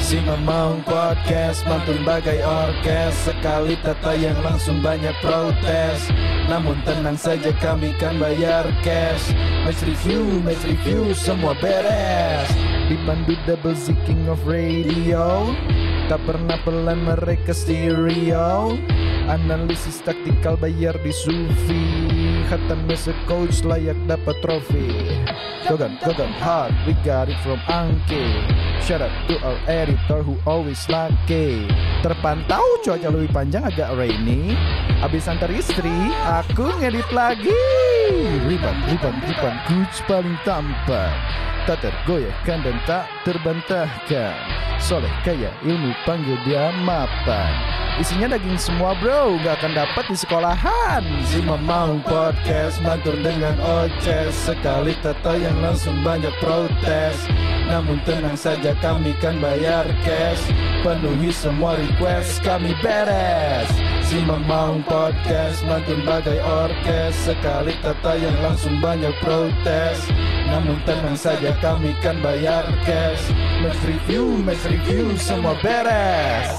Si Mamang Podcast mantun bagai orkes. Sekali tak tayang langsung banyak protes. Namun tenang saja kami kan bayar cash. Match review semua beres. Dipandu double Z King of Radio. Tak pernah pelan mereka stereo. Analisis taktikal bayar di Sufi. Hatam as a coach layak dapat trofi. Gogan hard, we got it from Angke. Shout out to our editor who always lucky. Terpantau cuaca lebih panjang agak rainy. Abis antar istri, aku ngedit lagi. Riban, coach paling tampan. Tak tergoyahkan dan tak terbantahkan. Soleh kaya ilmu panggil dia mapan. Isinya daging semua bro, gak akan dapat di sekolahan. Si Mamang Podcast mantur dengan oces. Sekali tak tayang langsung banyak protes. Namun tenang saja kami kan bayar cash. Penuhi semua request kami beres. Si Mamang Podcast mantun bagai orkes. Sekali tak tayang langsung banyak protes. Namun tenang saja kami kan bayar cash. Match review semua beres.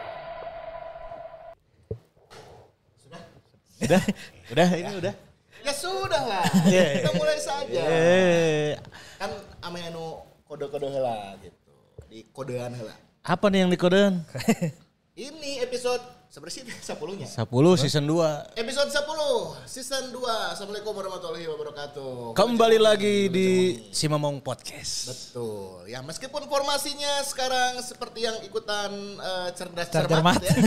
Udah. Ya sudah lah. Kita mulai saja. Kan ame anu kode-kode heula gitu. Di kodean heula. Apa nih yang dikodean? Ini episode seberapa sih 10-nya? 10 season 2. Episode 10 season 2. Assalamualaikum warahmatullahi wabarakatuh. Kembali lagi di Si Mamang Podcast. Betul. Ya meskipun formasinya sekarang seperti yang ikutan cerdas cermat ya.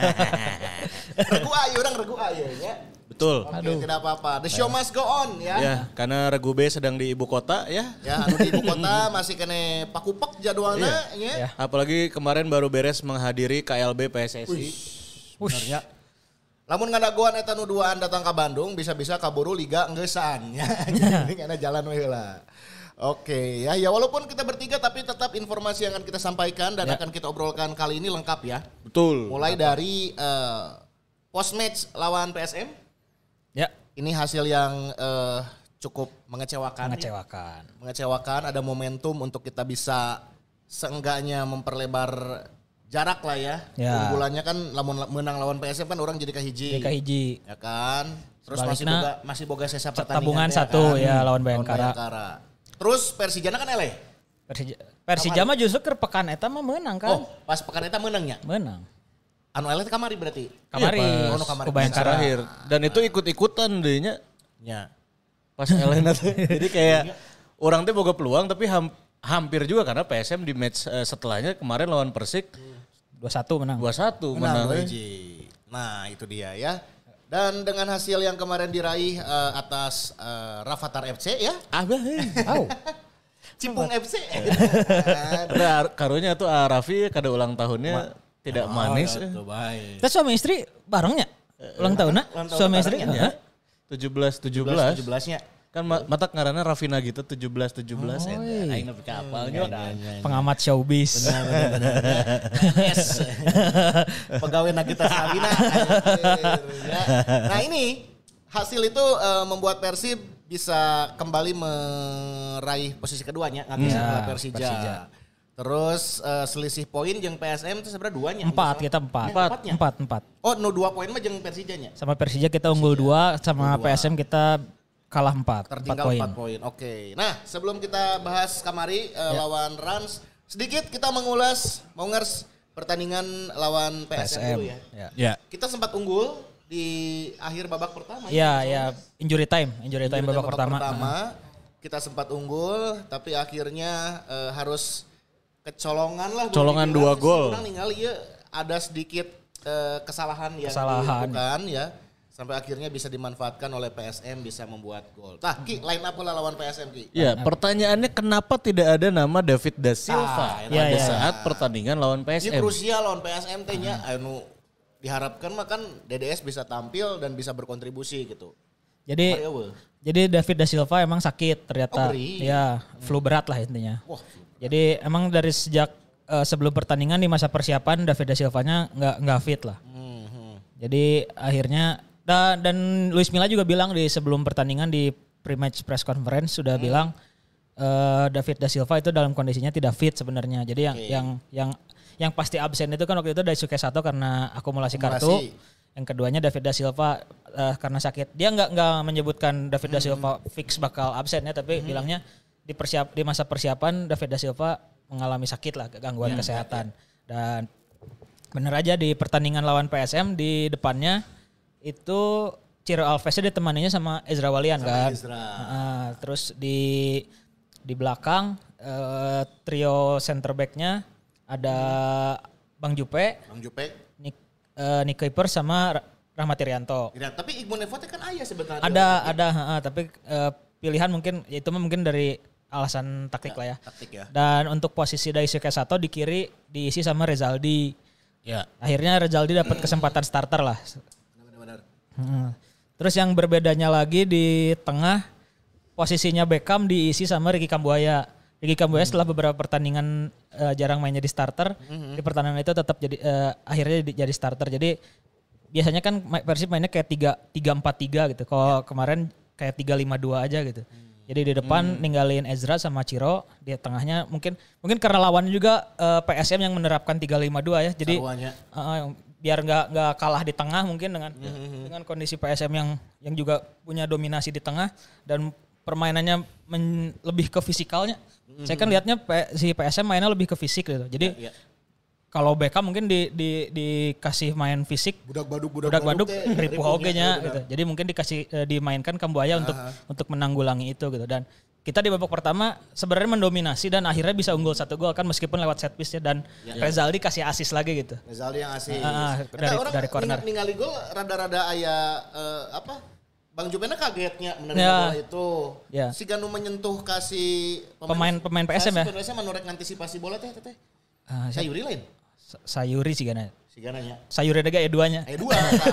Regu ayu ya. Betul. Oke, tidak apa-apa. The show must go on ya. Ya, karena Regu B sedang di ibu kota ya. Ya, anu di ibu kota masih kene pakupek jadwalnya ya. Apalagi kemarin baru beres menghadiri KLB PSSI. Benernya. Lamun ngadagoan eta nu duaan datang ke Bandung bisa-bisa kaburu liga enggeusaan ya. Jadi kana jalan we heula. Oke ya walaupun kita bertiga tapi tetap informasi yang akan kita sampaikan dan akan kita obrolkan kali ini lengkap ya. Betul. Mulai dari post match lawan PSM. Ya. Ini hasil yang cukup mengecewakan. Mengecewakan, ada momentum untuk kita bisa seenggaknya memperlebar jarak lah ya. Ya. Unggulannya kan menang lawan PSM kan orang jadi kahiji. Ya kan. Terus masih boga sisa pertandingan. Tabungan ya satu kan? ya lawan Bayangkara. Terus Persijana kan eleh. Persija mah justru ke pekan eta mah menang kan. Oh, pas pekan eta menangnya. Menang. Anu eleh kamari berarti. Kamari. Iya, Ke Bayangkara. Terakhir. Dan itu ikut-ikutan deh nya. Ya. Pas Elena tuh. Jadi kayak orang tuh boga peluang tapi hampir juga karena PSM di match setelahnya kemarin lawan Persik 2-1 menang. 2-1 menang. Nah, itu dia ya. Dan dengan hasil yang kemarin diraih atas Rafathar FC ya. Cipung FC. Ada karunya tuh Raffi kada ulang tahunnya tidak manis. Kita suami istri barengnya. Ulang tahunnya suami istri. Ya. 17-nya. Kan matak ngaranna Raffina gitu 17-17. Aing nepi ka apalnya. Pengamat showbiz. Yes. Pegawai Nagita Slavina. Nah ini hasil itu membuat Persib bisa kembali meraih posisi keduanya. Ngabisin Persija. Terus selisih poin jeung PSM itu sebenarnya 2-nya. 4. Oh, 2 poin mah jeung Persijanya. Sama Persija kita unggul 2, sama PSM kita kalah 4. Tertinggal 4 poin. Oke. Nah, sebelum kita bahas kamari lawan Rans, sedikit kita mengers pertandingan lawan PSM dulu ya. Kita sempat unggul di akhir babak pertama. Ya, injury time babak pertama. Kita sempat unggul tapi akhirnya harus kecolongan lah. Colongan 2 gol. Orang ningali ya ada sedikit kesalahan yang dilakukan ya. Sampai akhirnya bisa dimanfaatkan oleh PSM bisa membuat gol. Tah Ki, line up lawan PSM Ki. Ya, pertanyaannya kenapa tidak ada nama David Da Silva pada saat pertandingan lawan PSM? Ini krusial lawan PSM teh-nya anu diharapkan mah kan DDS bisa tampil dan bisa berkontribusi gitu. Jadi David Da Silva emang sakit ternyata. Ya, flu berat lah intinya. Jadi emang dari sejak sebelum pertandingan di masa persiapan David Da Silva-nya nggak fit lah. Jadi akhirnya dan Luis Milla juga bilang di sebelum pertandingan di pre-match press conference sudah bilang David Da Silva itu dalam kondisinya tidak fit sebenarnya. Jadi yang pasti absen itu kan waktu itu Daisuke Sato karena akumulasi kartu. Yang keduanya David Da Silva karena sakit. Dia nggak menyebutkan David Da Silva fix bakal absen ya, tapi bilangnya di masa persiapan David Da Silva mengalami sakit lah, gangguan kesehatan. Dan bener aja di pertandingan lawan PSM di depannya itu Ciro Alvesnya ditemaninya sama Ezra Walian kan. Terus di belakang trio center back-nya ada Bang Jupe. Nick Kuiper sama Rahmat Irianto. Tapi Igbo Nevote kan ayah sebenarnya. Ada, tapi pilihan mungkin itu mungkin dari alasan taktik lah ya. Taktik ya. Dan untuk posisi Daisuke Sato di kiri diisi sama Rezaldi. Ya. Akhirnya Rezaldi dapat kesempatan starter lah. Benar-benar. Terus yang berbedanya lagi di tengah posisinya Beckham diisi sama Ricky Kambuaya. Ricky Kambuaya setelah beberapa pertandingan jarang mainnya di starter, di pertandingan itu tetap jadi akhirnya jadi starter. Jadi biasanya kan Persib mainnya kayak 3-4-3 gitu. Kalau kemarin kayak 3-5-2 aja gitu. Jadi di depan ninggalin Ezra sama Ciro, di tengahnya mungkin karena lawannya juga PSM yang menerapkan 3-5-2 ya. Jadi biar nggak kalah di tengah mungkin dengan kondisi PSM yang juga punya dominasi di tengah dan permainannya lebih ke fisikalnya. Saya kan lihatnya si PSM mainnya lebih ke fisik gitu. Jadi kalau Beckham mungkin dikasih main fisik, budak baduk ripuh oge-nya gitu. Jadi mungkin dimainkan Kambuaya untuk menanggulangi itu gitu. Dan kita di babak pertama sebenarnya mendominasi dan akhirnya bisa unggul 1 gol kan meskipun lewat set piece ya, dan Rezaldi kasih assist lagi gitu. Rezaldi yang assist. Dari corner. Ningali gol rada-rada aya Bang Jupena kagetnya menerima bola itu. Ya. Si Ganu menyentuh kasih pemain PSM ya. PSM menurut antisipasi bola teh. Sayuri lain. Sayuri sih gananya. Sigananya. Sayuri ada E2-nya. E2.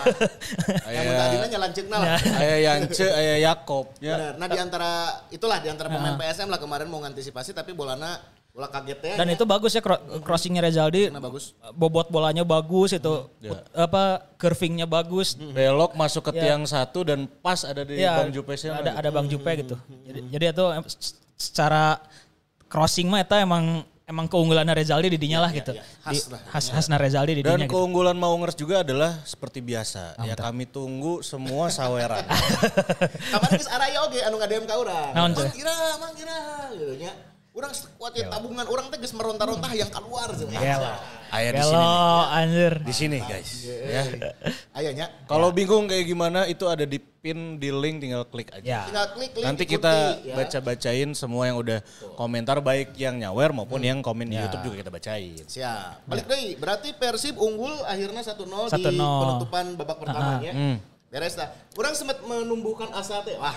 Yang tadinya nyalancekna lah. Aya Yance, aya Yakob. Ya. Nah di antara pemain PSM lah kemarin mau ngantisipasi tapi bola kaget ya. Dan itu bagus ya crossingnya Rezaldi. Bagus. Bobot bolanya bagus itu. Curvingnya bagus. Belok masuk ke tiang satu dan pas ada di Bang Jupe sih. Ada Bang Jupe gitu. Jadi itu secara crossing mah itu emang keunggulan Rezaldi di dinya lah gitu. Khasna Rezaldi di dinya. Dan keunggulan Maungers juga adalah seperti biasa. Ya kami tunggu semua saweran. Kemarin geus araya oge anu ngadem ka urang. Mangkira gitu nya. Urang kuat ya tabungan urang teh geus meronta-ronta yang keluar cenah. Aya di sini. Anjir. Di sini guys. Ya. Ayanya. Kalau bingung kayak gimana itu ada di pin di link tinggal klik aja. Ya. Tinggal klik Nanti kita baca-bacain semua yang udah komentar baik yang nyawer maupun yang komen di YouTube juga kita bacain. Siap. Balik deui, berarti Persib unggul akhirnya 1-0 di penutupan babak pertamanya. Beres dah. Urang sempat menumbuhkan asa teh. Wah,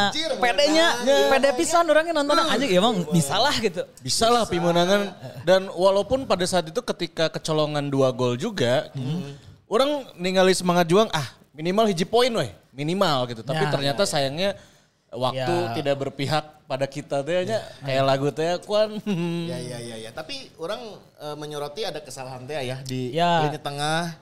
pede pisan urangnya nonton aja emang bisa lah gitu. Bisa lah pimenangan dan walaupun pada saat itu ketika kecolongan 2 gol juga, orang ningali semangat juang minimal hiji poin minimal gitu. Tapi ternyata sayangnya waktu tidak berpihak pada kita teh kayak lagu teh kuan. Ya. Tapi orang menyoroti ada kesalahan teh ya di lini tengah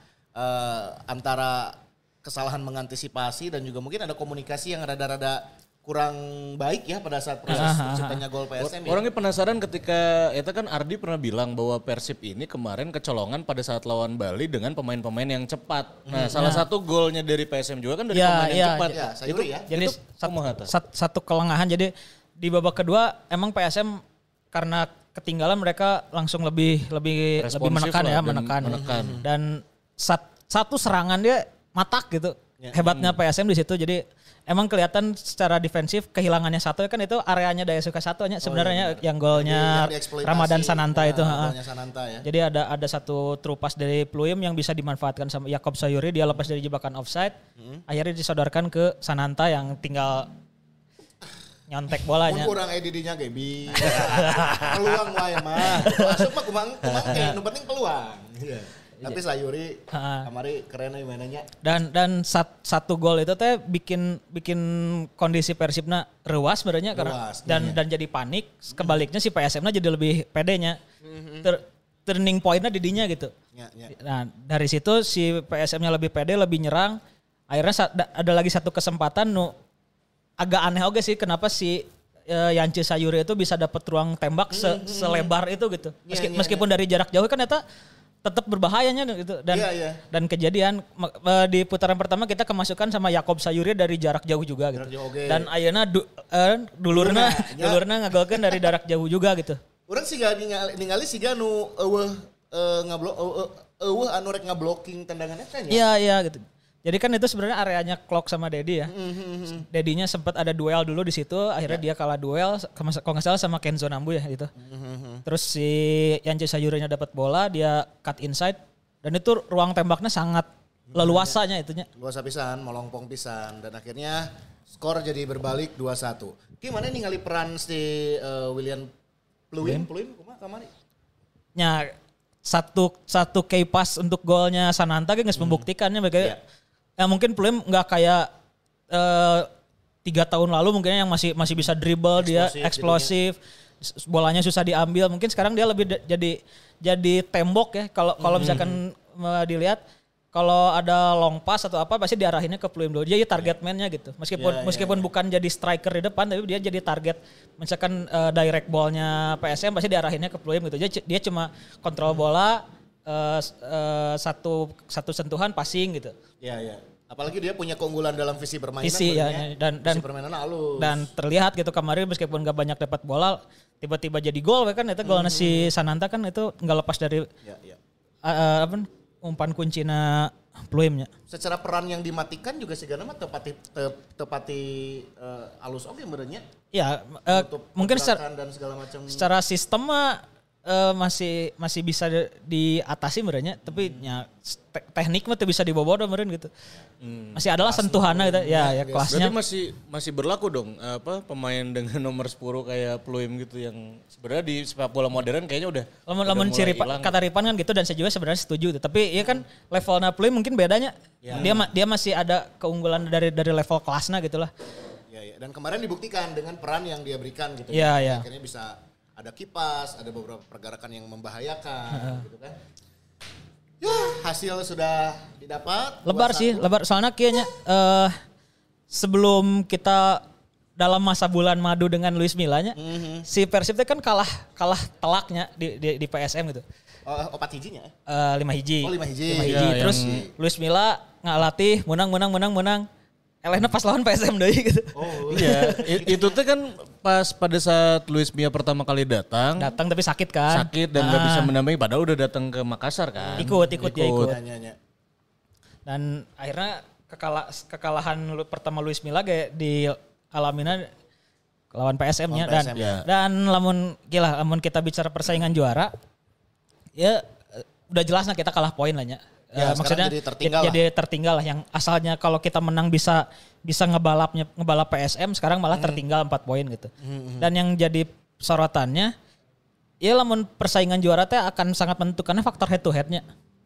antara kesalahan mengantisipasi dan juga mungkin ada komunikasi yang rada-rada kurang baik ya pada saat proses terciptanya gol PSM. Orangnya penasaran ketika itu kan Ardi pernah bilang bahwa Persib ini kemarin kecolongan pada saat lawan Bali dengan pemain-pemain yang cepat. Nah, salah satu golnya dari PSM juga kan dari pemain yang cepat. Jadi satu kelengahan. Jadi di babak kedua emang PSM karena ketinggalan mereka langsung lebih menekan. Dan satu serangan dia matak gitu. Hebatnya PSM di situ. Jadi emang kelihatan secara defensif kehilangannya satu kan itu areanya Daisuke Sato sebenarnya yang golnya Ramadan Sananta itu. Jadi ada satu terupas dari Pluim yang bisa dimanfaatkan sama Yakob Sayuri, dia lepas dari jebakan offside. Akhirnya disodorkan ke Sananta yang tinggal nyontek bolanya. Kurang edidinya Gaby. Peluang wae mah. Masuk mah kumang nu penting peluang. Tapi Sayuri kemarin keren mainannya. Dan satu gol itu teh bikin kondisi Persibna reuas sebenarnya karena dan jadi panik. Kebaliknya si PSM-nya jadi lebih pedenya. Turning point-nya di dinya gitu. Nah, dari situ si PSM-nya lebih pede, lebih nyerang. Akhirnya ada lagi satu kesempatan agak aneh oke sih kenapa si Yance Sayuri itu bisa dapat ruang tembak selebar itu gitu. Meskipun dari jarak jauh kan eta tetap berbahayanya gitu dan kejadian di putaran pertama kita kemasukan sama Yakob Sayuri dari jarak jauh juga gitu. Dan ayeuna dulurna ngagolkeun dari jarak jauh juga gitu. Urang siga ningali siga nu anu rek ngablocking tendangan eta nya. Iya gitu. Jadi kan itu sebenarnya areanya Clock sama Dedi ya. Dedinya sempat ada duel dulu di situ, akhirnya dia kalah duel kalau nggak salah sama Kenzo Nambu ya gitu. Terus si Yance Sayurinya dapat bola, dia cut inside dan itu ruang tembaknya sangat leluasanya itunya. Luasa pisan, molongpong pisan dan akhirnya skor jadi berbalik 2-1. Gimana ningali peran si William Pluim kumaha kamari? Ya satu key pass untuk golnya Sananta geus membuktikannya bagaimana. Ya mungkin Pluim nggak kayak 3 tahun lalu mungkin yang masih bisa dribble, dia eksplosif, bolanya susah diambil. Mungkin sekarang dia lebih jadi tembok ya. Kalau misalkan dilihat kalau ada long pass atau apa pasti diarahinnya ke Pluim dulu. Dia target man-nya gitu. Meskipun bukan jadi striker di depan tapi dia jadi target. Misalkan direct ball-nya PSM pasti diarahinnya ke Pluim gitu. Dia cuma kontrol bola satu sentuhan passing gitu. Iya. Apalagi dia punya keunggulan dalam visi permainan. Dan visi permainan halus. Dan terlihat gitu kemarin meskipun gak banyak dapat bola tiba-tiba jadi gol kan itu golnya si Sananta kan itu nggak lepas dari umpan kuncina Pluimnya. Secara peran yang dimatikan juga sigana mah tepati halus oke benernya. Ya mungkin secara sistem mah masih bisa diatasi merenya tapi ya teknik mah tuh bisa dibobodo meren gitu. Masih adalah sentuhannya gitu ya kelasnya. Berarti masih berlaku dong pemain dengan nomor 10 kayak Pluim gitu yang sebenarnya di sepak bola modern kayaknya udah lamun kata Ripan kan gitu dan saya juga sebenarnya setuju gitu. Tapi ya kan levelnya Pluim mungkin bedanya. Dia masih ada keunggulan dari level kelasnya gitulah. Ya. Dan kemarin dibuktikan dengan peran yang dia berikan gitu. Iya. Akhirnya bisa ada kipas, ada beberapa pergerakan yang membahayakan gitu kan. Ya, hasil sudah didapat. Lebar soalnya kayaknya sebelum kita dalam masa bulan madu dengan Luis Millanya, si Persib itu kan kalah telaknya di PSM gitu. 4 hijinya? 5 hiji. Oh 5 hiji. Terus Luis Milla ngalatih menang. Elehna pas lawan PSM deui gitu. Oh iya, itu tuh kan pas pada saat Luis Milla pertama kali datang tapi sakit kan. Sakit dan gak bisa mendampingi padahal udah datang ke Makassar kan. Ikut. Ya. Dan akhirnya kekalahan pertama Luis Milla kayak di alamina lawan PSM-nya dan lamun kita bicara persaingan juara ya udah jelas kita kalah poin lah nya. Ya, maksudnya jadi tertinggal lah yang asalnya kalau kita menang bisa ngebalap PSM sekarang malah tertinggal 4 poin gitu. Dan yang jadi sorotannya ya lamun persaingan juara teh akan sangat menentukannya faktor head to head-nya.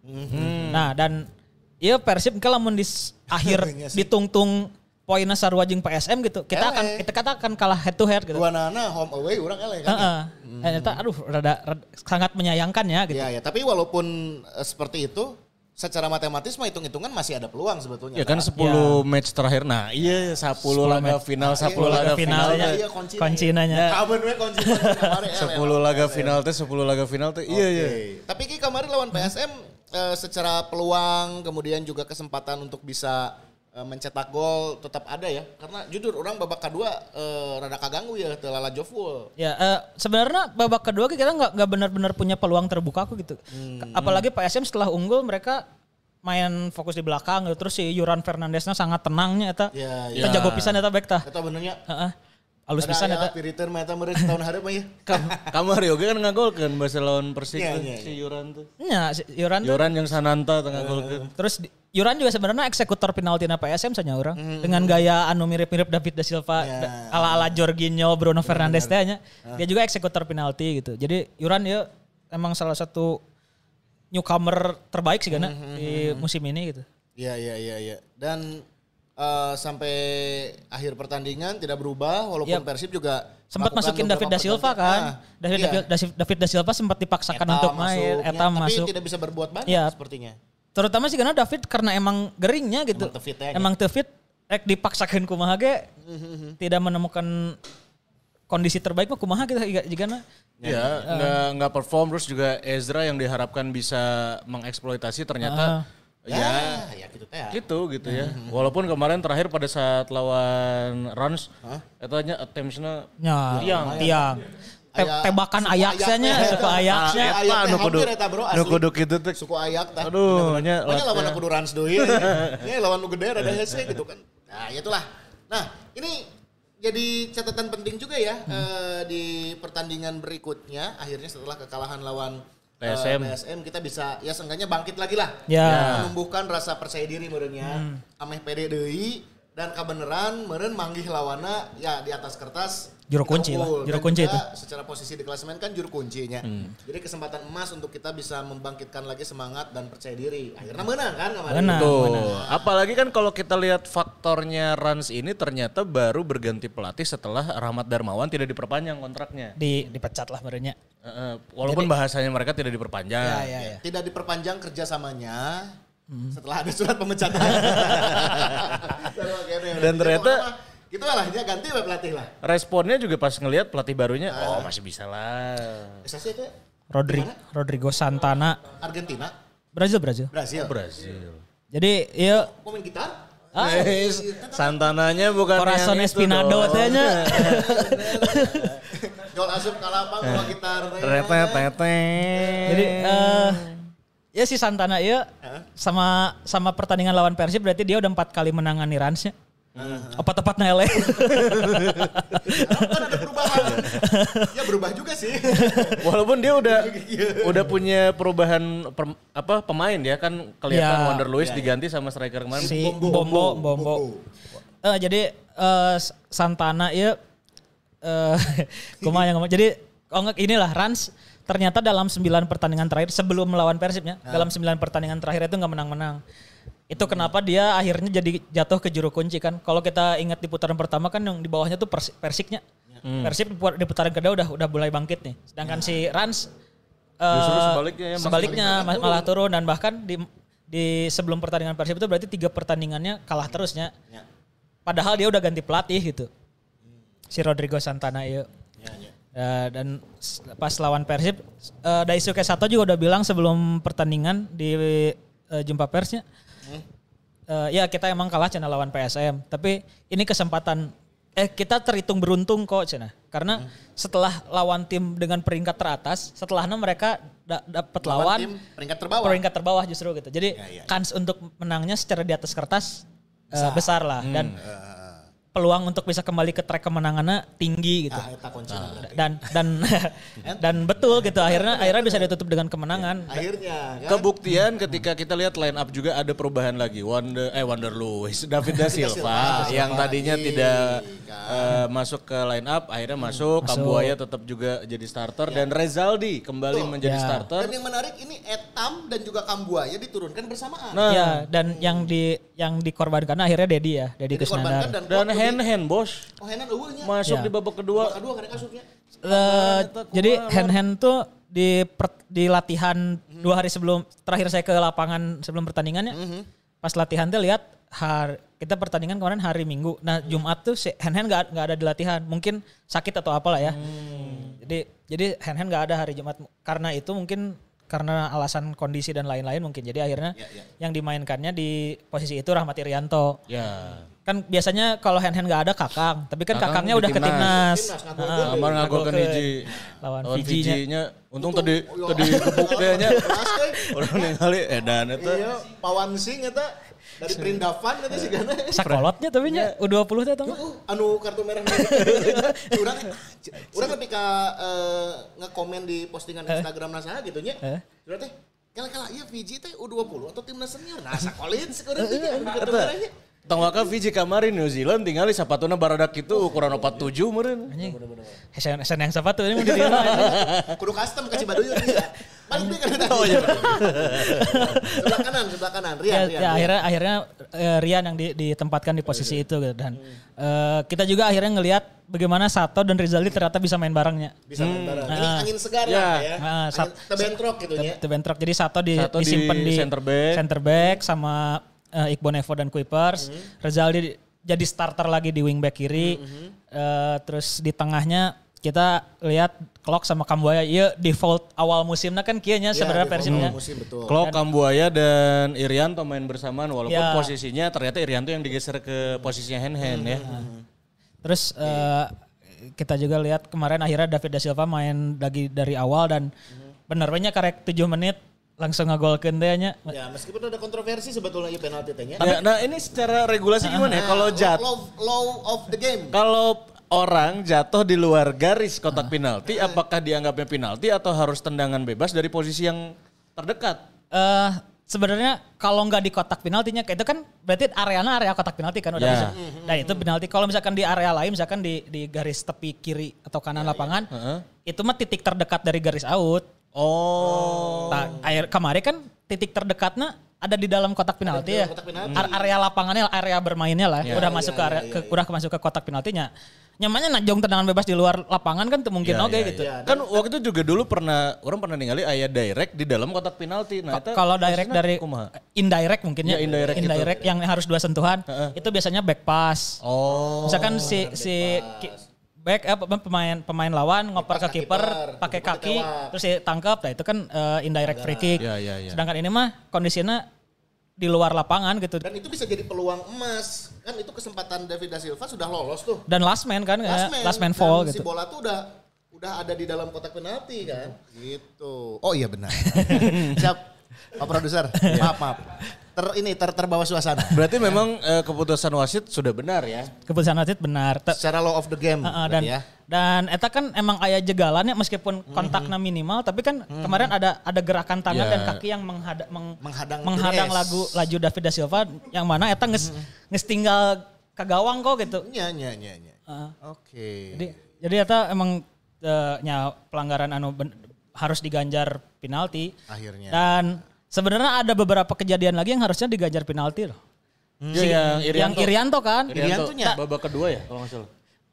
Nah, dan ya Persib ke lamun di akhir ditungtung poinnya sarua jeung PSM gitu. Kita akan kalah head to head gitu. Duanana home away urang eleh kan. Ternyata rada sangat menyayangkan ya gitu. Ya, tapi walaupun seperti itu secara matematis mah hitung-hitungan masih ada peluang sebetulnya. Ya kan 10 match terakhir. Nah, 10 laga final, 10 laga finalnya. Koncinanya. Kaben we koncinanya kemarin. 10 laga final teh. Iya. Tapi ki kemarin lawan PSM secara peluang kemudian juga kesempatan untuk bisa mencetak gol tetap ada ya. Karena jujur orang babak kedua rada kaganggu ya telala Joful. Ya sebenarnya babak kedua kita nggak benar-benar punya peluang terbuka aku gitu. Apalagi PSM setelah unggul mereka main fokus di belakang gitu. Terus si Yuran Fernandesnya sangat tenangnya eta. Kita jago pisan eta bek tah. Eta benernya. Alus pisan eta. Piriter mah eta meureun tahun hareup ya. Kamari oge kan ngagolkeun basa lawan Persik si Yuran tuh. Nya si Yuran yang Sananta tengah ngagolkeun. Terus Yuran juga sebenarnya eksekutor penaltina PSM saja orang dengan gaya anu mirip-mirip David da Silva ala Jorginho, Bruno Fernandes teh nya. Dia juga eksekutor penalti gitu. Jadi Yuran ya emang salah satu newcomer terbaik sih karena di musim ini gitu. Iya. Dan sampai akhir pertandingan tidak berubah walaupun Persib juga sempat masukin David da Silva kan. David da Silva sempat dipaksakan untuk main, tapi tidak bisa berbuat banyak sepertinya. Terutama sih karena David karena emang geringnya gitu. Emang teu fit dipaksakan kumaha ge tidak menemukan kondisi terbaik mah kumaha kita jigana. Ya, nggak perform, terus juga Ezra yang diharapkan bisa mengeksploitasi ternyata ya gitu ya. Walaupun kemarin terakhir pada saat lawan Rans, katanya attempts-nya tiang. Tebakan ayaksanya, suku ayaksnya. Nu kudu kitu teh. Suku ayak tah. Aduh, nya lawan aku Rans deui. Nya lawan nu gede rada hese gitu kan. Nah, itulah. Nah, ini jadi catatan penting juga ya di pertandingan berikutnya. Akhirnya setelah kekalahan lawan PSM kita bisa ya seenggaknya bangkit lagi lah. Menumbuhkan rasa percaya diri meureunnya. Ameh pede deui dan kabeneran meureun manggih lawanna ya di atas kertas juru kunci itu. Secara posisi di klasemen kan juru kuncinya. Jadi kesempatan emas untuk kita bisa membangkitkan lagi semangat dan percaya diri. Akhirnya menang kan kemarin. Benar. Apalagi kan kalau kita lihat faktornya Rans ini ternyata baru berganti pelatih setelah Rahmat Darmawan tidak diperpanjang kontraknya. Dipecat lah barunya. Walaupun bahasanya mereka tidak diperpanjang. Tidak diperpanjang kerjasamanya. Setelah ada surat pemecatan. Dan ternyata itu lah, dia ganti pelatih lah. Responnya juga pas ngelihat pelatih barunya, masih bisa lah. Itu Rodrigo Santana. Argentina. Brazil. Jadi ya. Kok main gitar? Santananya bukan Corazon Espinado tehnya. Jol asup kalapang bawa gitar. Jadi ya si Santana ya sama pertandingan lawan Persib berarti dia udah 4 kali menangani Ransnya. Tepat-tepatnya LA. Kan ada perubahan. Ya berubah juga sih. Walaupun dia udah punya perubahan pemain ya kan kelihatan Wander Luiz diganti sama striker kemarin si Bombo. Jadi Santana ya kumaha yang ngomong. Jadi inilah Rans ternyata dalam 9 pertandingan terakhir sebelum melawan Persibnya, dalam 9 pertandingan terakhir itu enggak menang-menang. Itu kenapa dia akhirnya jadi jatuh ke juru kunci kan. Kalau kita ingat di putaran pertama kan yang di bawahnya tuh Persiknya. Persib di putaran kedua udah mulai bangkit nih. Sedangkan si Rans sebaliknya malah turun dan bahkan di sebelum pertandingan Persib itu berarti 3 pertandingannya kalah terusnya. Padahal dia udah ganti pelatih gitu. Si Rodrigo Santana itu. Dan pas lawan Persib, Daisuke Sato juga udah bilang sebelum pertandingan di jumpa persnya, ya kita emang kalah cina lawan PSM, tapi ini kesempatan kita terhitung beruntung kok cina, karena setelah lawan tim dengan peringkat teratas, setelahnya mereka dapat lawan tim peringkat terbawah justru gitu. Jadi kans untuk menangnya secara di atas kertas besar lah dan peluang untuk bisa kembali ke track kemenangannya tinggi gitu. Dan betul gitu akhirnya bisa ditutup dengan kemenangan. Akhirnya kan? Kebuktian ketika kita lihat line up juga ada perubahan lagi. Wander Luiz, David da Silva yang tadinya tidak masuk ke line up akhirnya masuk. Kambuaya tetap juga jadi starter dan Rezaldi kembali menjadi starter. Dan yang menarik ini Etam dan juga Kambuaya diturunkan bersamaan. Dan yang dikorbankan akhirnya Dedi Kusnandar. Dan Hen bos. Henan eueuhnya. Masuk di babak kedua. Babak kedua karek masuknya. Jadi Hen tuh di latihan 2 hari sebelum terakhir saya ke lapangan sebelum pertandingannya. Pas latihan tuh lihat kita pertandingan kemarin hari Minggu. Nah, Jumat tuh si Hen enggak ada di latihan. Mungkin sakit atau apalah ya. Jadi Hen enggak ada hari Jumat karena itu mungkin karena alasan kondisi dan lain-lain mungkin. Jadi akhirnya yang dimainkannya di posisi itu Rahmat Irianto. Kan biasanya kalau Hen nggak ada Kakang, tapi kan Kakangnya udah ke timnas. Kamar ngagolkan hiji lawan Fiji-nya. Untung tadi gebuk nya. Orang ningali edan eta. Iya, Pawan Sing eta dari Prindavan eta sigana. Sakolotnya tapi nya U20 teh eta mah. Anu kartu merah. Urang ketika ngekomen di postingan Instagram nasaha gitu nya. Urang teh kala-kala ieu Fiji teh U20 atau timnas senior. Nah, sakolin sekurang teh kartu merahnya. Tong waka Fiji kemarin New Zealand tinggal di sapatuna baradak itu ukuran 47 meureun. Hesen yang sepatu ini mau di mana? Kudu custom ke Cibaduyut ya. Balik deui kan eta. Sebelah kanan Rian. Ya akhirnya Rian yang ditempatkan di posisi itu gitu. Dan kita juga akhirnya ngelihat bagaimana Sato dan Rizaldi ternyata bisa main barengnya. Bisa main bareng. Ini angin segar lah ya. Tebentrok gitu ya. Tebentrok. Jadi Sato disimpan di center back sama Iqbal Nevo dan Kuipers. Rezaldi jadi starter lagi di wingback kiri. Terus di tengahnya kita lihat Klok sama Kambuaya ya default awal musimnya kan kieunya sebenarnya versinya. Klok, Kambuaya dan Irianto main bersamaan walaupun posisinya ternyata Irianto yang digeser ke posisinya hand ya. Terus kita juga lihat kemarin akhirnya David da Silva main lagi dari awal dan benernya karek 7 menit langsung ngagolkeun teh nya. Ya, meskipun ada kontroversi sebetulnya ieu penalti teh nya. Ya, nah ini secara regulasi gimana ya kalau law of the game. Kalau orang jatuh di luar garis kotak penalti, apakah dianggapnya penalti atau harus tendangan bebas dari posisi yang terdekat? Sebenarnya kalau nggak di kotak penaltinya, itu kan berarti area kotak penalti kan udah bisa. Nah itu penalti. Kalau misalkan di area lain, misalkan di garis tepi kiri atau kanan lapangan, itu mah titik terdekat dari garis out. Nah, kemarin kan titik terdekatnya ada di dalam kotak penalti ya. Area lapangannya, area bermainnya lah, udah masuk udah masuk ke kotak penaltinya. Nyamannya najong tendangan bebas di luar lapangan kan mungkin gitu. Kan waktu itu juga dulu orang pernah ningali aya direct di dalam kotak penalti. Nah, kalau direct dari indirect mungkinnya. Indirect yang harus 2 sentuhan. Itu biasanya back pass. Misalkan si back pemain lawan ngoper ke kiper pakai kaki terus ditangkap. Nah itu kan indirect free kick. Sedangkan ini mah kondisinya di luar lapangan gitu. Dan itu bisa jadi peluang emas. Kan itu kesempatan David da Silva sudah lolos tuh. Dan last man kan, last man fall gitu. Si bola tuh udah ada di dalam kotak penalti kan. Gitu. Oh iya benar. Siap Pak Produser. Maaf. Terbawa suasana. Berarti memang keputusan wasit sudah benar ya? Keputusan wasit benar. Secara law of the game. Dan eta kan emang aya jegalannya meskipun kontaknya minimal, tapi kan kemarin ada gerakan tangan dan kaki yang menghadang laju David da Silva yang mana eta nges tinggal ke gawang kok gitu. Iya. Oke. Jadi eta emang pelanggaran harus diganjar penalti. Akhirnya. Dan sebenarnya ada beberapa kejadian lagi yang harusnya diganjar penalti loh. Yang Irianto kan. Iriantonya babak kedua ya kalau nggak salah.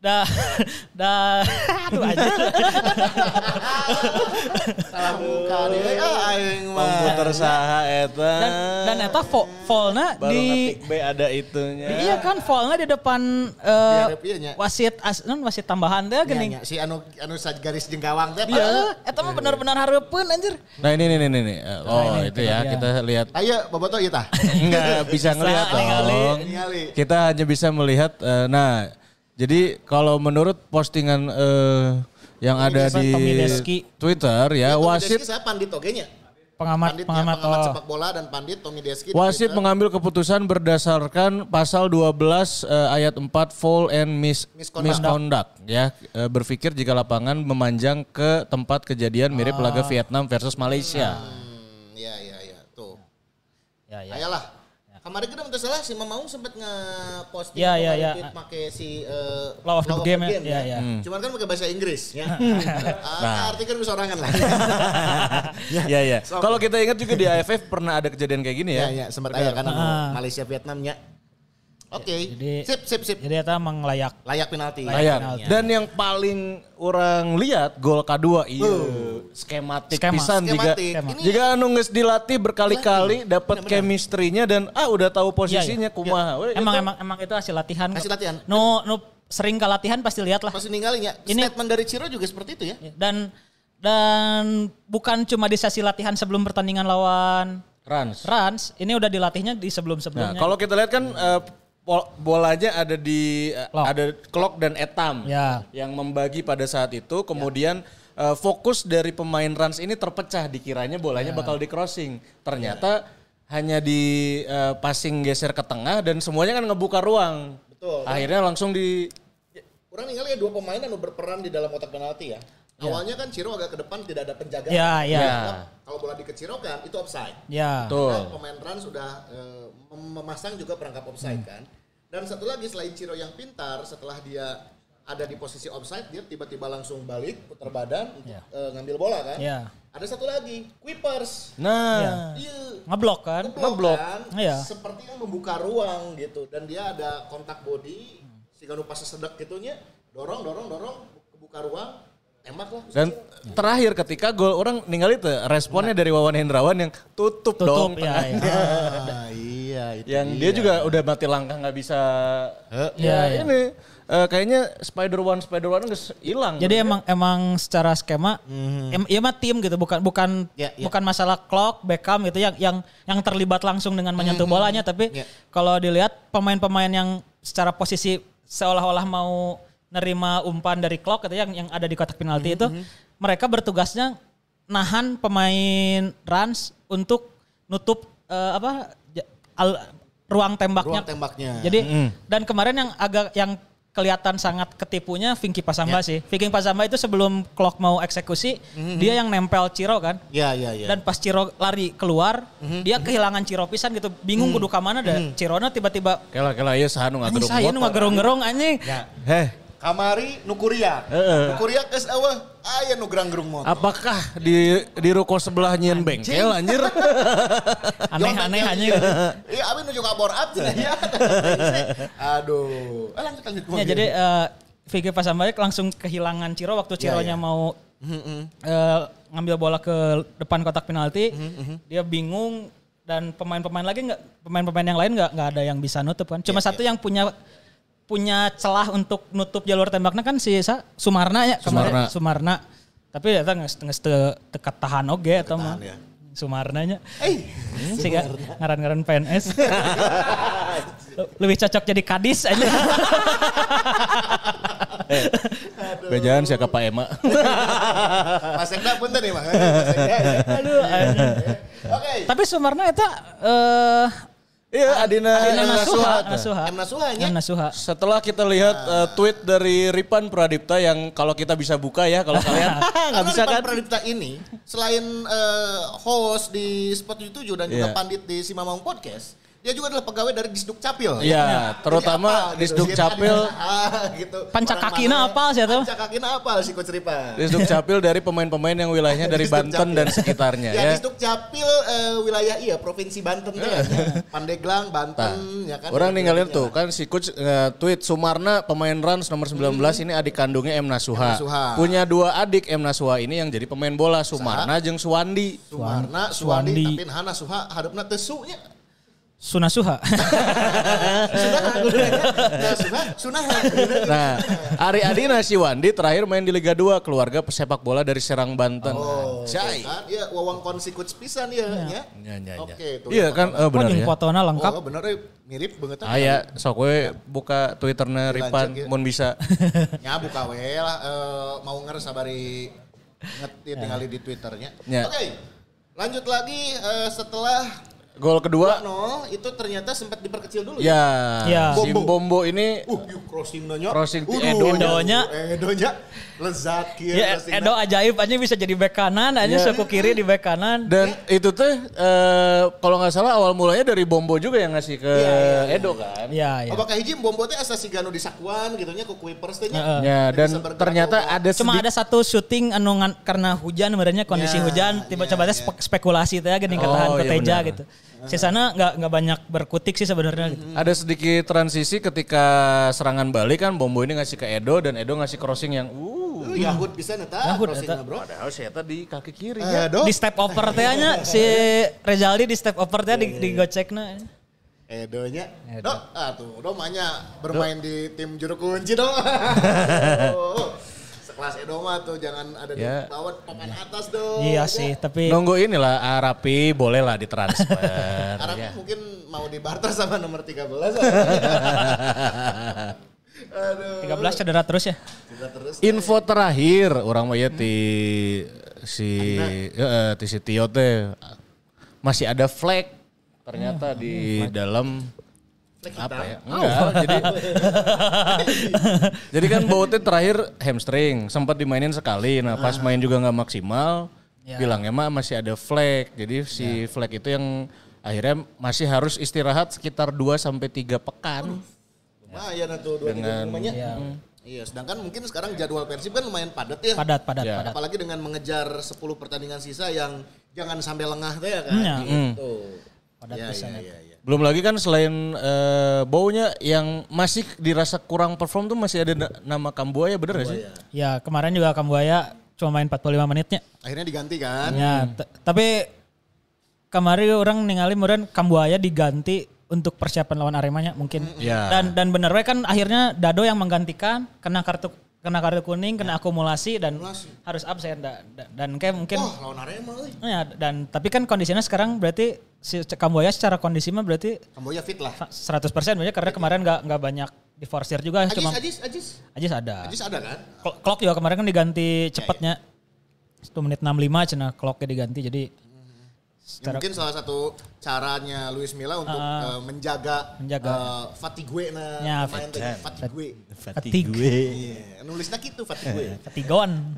Aduh aja. Salah buka deh aing mah. Komputer saha eta. Dan eta fallna di B ada itunya. Iya kan fallna di depan wasit tambahan teh geuning. Si anu garis jeung gawang teh. Iya, eta mah benar-benar hareupeun anjir. Nah ini. Oh itu ya kita lihat. Ayo Boboto ieu tah. Enggak bisa ngelihat dong. Kita hanya bisa melihat jadi kalau menurut postingan yang ada di Twitter ya wasit Pandit ogenya. Pengamat sepak bola dan Pandit Tommy Deski. Wasit mengambil keputusan berdasarkan pasal 12 ayat 4 foul and misconduct ya. Berpikir jika lapangan memanjang ke tempat kejadian mirip laga Vietnam versus Malaysia. Iya tuh. Ayolah. Kemarin kita minta salah si Mamaung sempat nge-posting pakai si law of the game ya. Cuman kan pakai bahasa Inggris ya. Artikel sorangan lah. Iya. Kalau kita ingat juga di AFF pernah ada kejadian kayak gini ya. Iya, sempat ada kan Malaysia Vietnamnya. Oke. Sip. Jadi eta emang layak penalti. Layak. Dan yang paling orang lihat gol kedua skematik pisan jika anu geus dilatih berkali-kali dapat chemistry-nya dan udah tahu posisinya kumaha. Emang itu hasil latihan. Nu sering ke latihan pasti lihat lah. Pasti ninggalinya. Statement dari Ciro juga seperti itu ya. Dan bukan cuma di sesi latihan sebelum pertandingan lawan Rans. Ini udah dilatihnya di sebelum-sebelumnya. Nah, kalau kita lihat kan bolanya ada di ada Klok dan Etam yang membagi pada saat itu. Kemudian fokus dari pemain Rans ini terpecah, dikiranya bolanya bakal di crossing. Ternyata hanya di passing geser ke tengah dan semuanya kan ngebuka ruang. Betul. Akhirnya langsung di orang ninggalin 2 pemain anu berperan di dalam kotak penalti ya. Awalnya kan Ciro agak ke depan tidak ada penjagaan. Iya. Kalau bola dikecilkan itu offside. Iya. Nah, pemain Rans sudah memasang juga perangkap offside kan. Dan satu lagi selain Ciro yang pintar, setelah dia ada di posisi offside, dia tiba-tiba langsung balik putar badan untuk ngambil bola kan. Iya. Ada satu lagi, Kuipers. Nah, dia ngeblok kan. Iya. Seperti yang membuka ruang gitu. Dan dia ada kontak body, sehingga pas sedek gitunya, dorong, kebuka ruang, tembak lah. Dan terakhir ketika gol orang ninggal itu responnya dari Wawan Hendrawan yang tutup dong tengahnya. Iya, itu yang dia juga udah mati langkah nggak bisa ini kayaknya Spider-Man geus hilang. Jadi emang secara skema iya mah tim gitu bukan masalah clock Beckham gitu yang terlibat langsung dengan menyentuh bolanya tapi kalau dilihat pemain-pemain yang secara posisi seolah-olah mau nerima umpan dari clock gitu yang ada di kotak penalti itu mereka bertugasnya nahan pemain Rans untuk nutup ruang tembaknya. Jadi dan kemarin yang kelihatan sangat ketipunya Vinky Pasamba sih. Vinky Pasamba itu sebelum clock mau eksekusi dia yang nempel Ciro kan. Iya. Dan pas Ciro lari keluar dia kehilangan Ciro pisan gitu. Bingung kudu ka mana dah. Cirona tiba-tiba kela ieu saha nu ngagerung. Saya nu ngagerung-gerung anjing. Kamari nukuriak. Nukuriak geus eueuh aya nu gerang-gerung motor. Apakah di ruko sebelah nyeun bengkel anjir? Aneh-aneh anjing. Iya, abi nuju ka bor up ya. Aduh. Lanjut. Ya jadi Vicky Pasambaya langsung kehilangan Ciro waktu Cironya mau ngambil bola ke depan kotak penalti. Dia bingung dan pemain-pemain yang lain nggak ada yang bisa nutup kan. Cuma satu yang punya celah untuk nutup jalur tembaknya kan si Sumarna ya kemarin Sumarna. Tapi eta geus teu tahan oge eta mah. Sumarnanya. Siga ngaran-ngaran PNS. Lebih cocok jadi kadis aja. Bejaan sia ka Pak Ema. Mas Ekda punten nih, Bang. Aduh. Oke. Tapi Sumarna eta Iya, Adina Nasuha. Setelah kita lihat tweet dari Ripan Pradipta yang kalau kita bisa buka ya, kalau kalian nggak bisa kan. Ripan Pradipta ini selain host di Spot 77 dan juga pandit di Simamang Podcast, dia juga adalah pegawai dari Disduk Capil. Iya, terutama Disduk Capil. Gitu. Pancakakina apal sih tuh. Pancakakina apal sih Coach Ripan. Disduk Capil dari pemain-pemain yang wilayahnya dari Banten dan sekitarnya ya. Disduk Capil wilayah Provinsi Banten tuh ya. Pandeglang, Banten ya kan. Orang ninggalin tuh kan si Coach tweet Sumarna pemain Rans nomor 19 ini adik kandungnya M. Nasuha. Punya 2 adik M. Nasuha ini yang jadi pemain bola Sumarna jeung Suwandi. Suwandi tapi Nasuha hadapna teu su nya. Sunasuha. Nah, Ari Adina si Wandi terakhir main di Liga 2, keluarga pesepak bola dari Serang Banten. Oh, iya wawangkon sikut pisan ya. Oke, iya kan benar ya. Fotona lengkap. Oh, bener mirip banget. Aya, sok we buka Twitterna Ripan mun bisa. Ya buka we lah mau sabari ngetit tinggal di Twitternya. Oke. Lanjut lagi setelah gol kedua 2-0 itu ternyata sempat diperkecil dulu ya. Si Bombo ini crossing Edonya lezat kieu ya, Edo ajaib aja bisa jadi bek kanan aja suku kiri di bek kanan. Dan itu teh kalau nggak salah awal mulanya dari Bombo juga yang ngasih ke Edo kan. Iya. Apakah hiji Bombo teh asa siganu disakuan gitu nya ku Kuipers teh nya. Ya dan ternyata ada satu syuting anu karena hujan sebenarnya kondisi hujan tiba-tiba spekulasi teh geuning katahan ke Teja gitu. Sisana nggak banyak berkutik sih sebenarnya. Gitu. Ada sedikit transisi ketika serangan balik kan Bombo ini ngasih ke Edo dan Edo ngasih crossing yang Yahud bisa neta crossingnya bro. Padahal saya tadi kaki kiri di step over teh nya si Rezaldi di step over teh di gocekna. Edonya. Do manya bermain di tim juru kunci dong. Kelas Edo mah tuh jangan ada di bawah papan atas dong. Iya sih, tapi nunggu inilah Arapi boleh lah ditransfer. Arapi mungkin mau dibarter sama nomor 13. Aduh. 13 cedera terus ya. Info terakhir orang mah si Tio teh masih ada flag ternyata di dalam apa ya? Enggak, jadi kan Boateng terakhir hamstring, sempat dimainin sekali. Nah, pas main juga nggak maksimal, bilangnya mah masih ada flag. Jadi si flag itu yang akhirnya masih harus istirahat sekitar 2-3 pekan. Lumayan tuh 2-3 namanya. Iya, sedangkan mungkin sekarang jadwal Persib kan lumayan padat ya. Padat. Apalagi dengan mengejar 10 pertandingan sisa yang jangan sampai lengah deh kan. Gitu. Padat pisan ya. Belum lagi kan selain baunya yang masih dirasa kurang perform tuh masih ada nama Kambuaya bener gak sih? Ya kemarin juga Kambuaya cuma main 45 menitnya. Akhirnya diganti kan? Ya tapi kemarin orang ningali kemudian Kambuaya diganti untuk persiapan lawan Aremanya mungkin. Ya. Dan bener we kan akhirnya Dado yang menggantikan kena kartu kuning, kena akumulasi dan harus absen dan kayak mungkin lawan Arema euy. Ya, dan tapi kan kondisinya sekarang berarti si Kamboya secara kondisi mah berarti Kamboya fit lah. 100% banyak karena kemarin enggak banyak diforsir juga Ajis cuma Ajis ada. Ajis ada kan? Clock juga kemarin kan diganti cepatnya. 1 menit 65 cenah clocknya diganti jadi mungkin salah satu caranya Luis Milla untuk menjaga fatigue na pemain fatigue. Nulisnya gitu fatigue. Fatigon.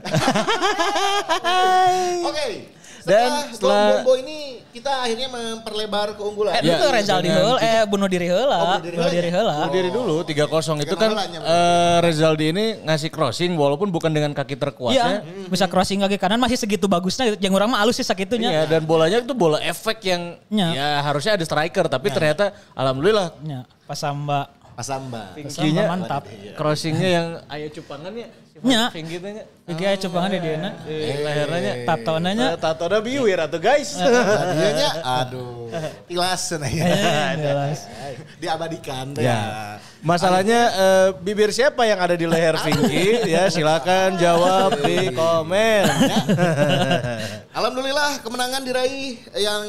Oke. Dan setelah Bombo ini kita akhirnya memperlebar keunggulan. Itu Rezal bunuh diri heula. Bunuh diri dulu 3-0 itu kan Rezaldi ini ngasih crossing walaupun bukan dengan kaki terkuatnya. Iya, bisa crossing kaki kanan masih segitu bagusnya. Yang orang mah halus sih sakitunya. Iya, dan bolanya itu bola efek yang ya harusnya ada striker tapi ternyata alhamdulillah Pasamba. Tingginya mantap. Crossingnya yang aya cupangannya. Nya. Pinggirnya. Pinggir aya cupangan di dieu. Lehernya. Tatonanya. Tatona biwir atuh guys. Dianya aduh. Tilas ya. Diabadikan ya. Masalahnya bibir siapa yang ada di leher Pinky ya silakan jawab di komen. Alhamdulillah kemenangan diraih yang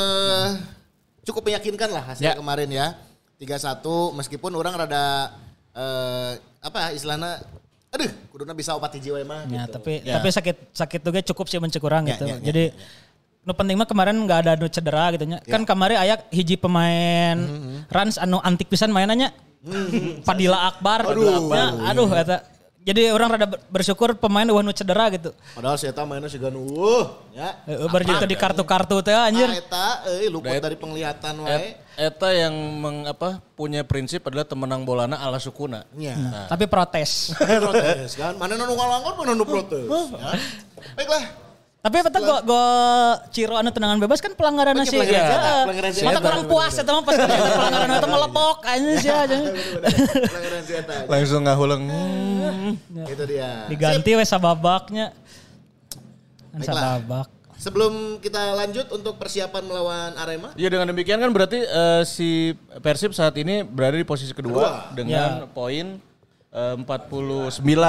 cukup meyakinkan lah hasil kemarin ya. 3-1 meskipun orang rada istilahnya kuduna bisa opat hiji we mah ya, gitu. Tapi sakit juga cukup sih mencekurang gitu. Jadi nu penting mah kemarin enggak ada nu cedera gitu nya. Kan kemarin aya hiji pemain Rans anu antik pisan mainannya. Padilla Akbar. Aduh eta. Jadi orang rada bersyukur pemain nu cedera gitu. Padahal si eta mainnya siga nu ya. Berjuta di kartu-kartu teh anjir. Eta luput dari penglihatan wae. Eta yang punya prinsip adalah temenang bolana ala sukuna. Nah. Tapi protes. Protes kan. Mana nu ngalanggar mana nu protes. Baiklah. Tapi eta gol Ciro anu tendangan bebas kan pelanggaran sih. Pelanggaran si Mata kurang puas eta mah pas pelanggaran eta melepok anjing sih aja. Pelanggaran si eta. Langsung ngahuleung. Itu dia. Diganti we sababaknya. Sababak. Sebelum kita lanjut untuk persiapan melawan Arema. Ya dengan demikian kan berarti si Persib saat ini berada di posisi kedua dengan poin 49.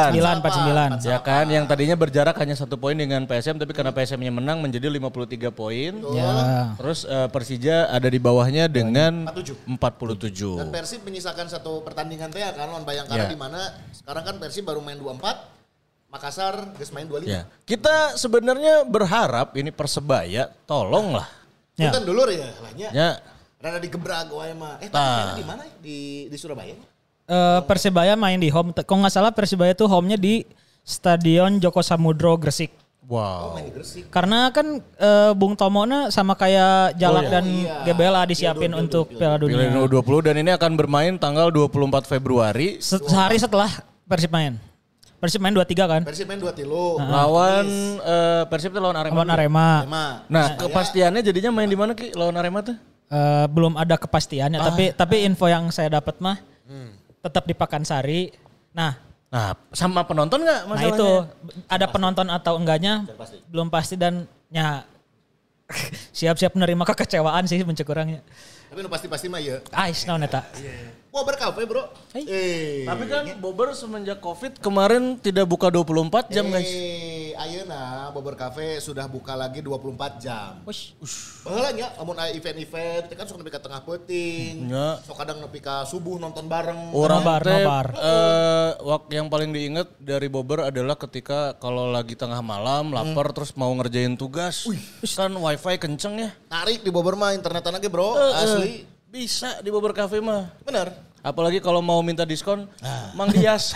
Ya kan yang tadinya berjarak hanya 1 poin dengan PSM tapi karena PSM-nya menang menjadi 53 poin. Ya. Terus Persija ada di bawahnya dengan 47. Dan Persib menyisakan 1 pertandingan teh kan lawan Bayangkara di mana sekarang kan Persib baru main 24. Makassar geus main 25. Ya. Kita sebenarnya berharap ini Persebaya tolonglah. Ya. Punten dulur ya lahnya. Ya. Rada digebrag wae mah. Tapi di mana? Di Surabaya? Persebaya main di home. Kalau nggak salah Persebaya tuh home-nya di Stadion Joko Samudro Gresik. Wow. Main di Gresik. Karena kan Bung Tomona sama kayak Jalak dan Gebela disiapin untuk Piala Dunia. Piala Dunia 20 dan ini akan bermain tanggal 24 Februari. Sehari setelah Persib main. Persib main 2-3 kan? Persib main 2-3. Lawan Persib itu lawan Arema. Lawan Arema. Nah, kepastiannya jadinya main di mana Ki lawan Arema tuh? Belum ada kepastiannya, tapi info yang saya dapat mah tetap di Pakansari. Nah, sama penonton nggak masalahnya? Nah itu ada penonton atau enggaknya belum pasti dan ya siap-siap menerima kekecewaan sih mencekurangnya. Tapi nu pasti mah ya. Ais naon eta? Bobber Cafe bro. Tapi kan Bobber semenjak Covid kemarin tidak buka 24 jam guys. Ayeuna Bobber Cafe sudah buka lagi 24 jam. Baheula nya lamun aya event-event kan sok nepi ka tengah peuting. Sok kadang nepi ka subuh nonton bareng. Nobar. Yang paling diingat dari Bobber adalah ketika kalau lagi tengah malam lapar terus mau ngerjain tugas. Kan wifi kenceng ya. Tarik di Bobber mah internetan lagi bro. Asli. Bisa di Bobber Cafe mah. Bener. Apalagi kalau mau minta diskon, Mang Dias.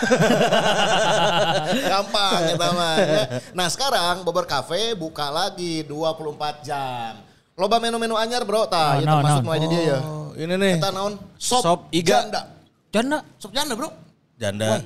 Gampang ya mah. Nah sekarang Bobber Cafe buka lagi 24 jam. Loba menu-menu anyar bro. Itu masuk mulai dia ya. Ini nih. Kita naon? Sop iga. Janda. Sop janda bro. Janda.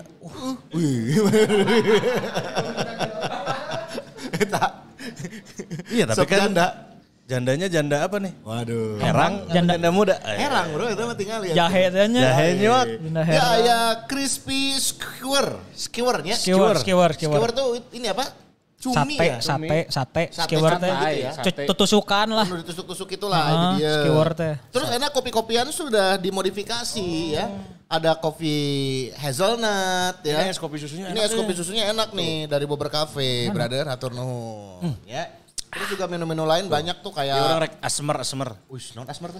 Iya tapi kan jandanya janda apa nih? Waduh. Herang, janda muda. Herang bro, itu mah tinggal ya. Jahe tanya. Jahe nyot. Ya crispy skewer. Skewernya. Skewer Skewer tuh ini apa? Cumi sate, skewer teh. Tutusukan lah. Ditusuk-tusuk itulah itu dia. Skewer teh. Terus enak kopi-kopian sudah dimodifikasi ya. Ada kopi hazelnut ya. Ini es kopi susunya enak. Ini es kopi susunya enak nih dari Bobber Cafe, brother, hatur nuhun. Ya. Terus juga menu-menu lain banyak tuh kayak orang rek asmer. Wih, non asmer teh.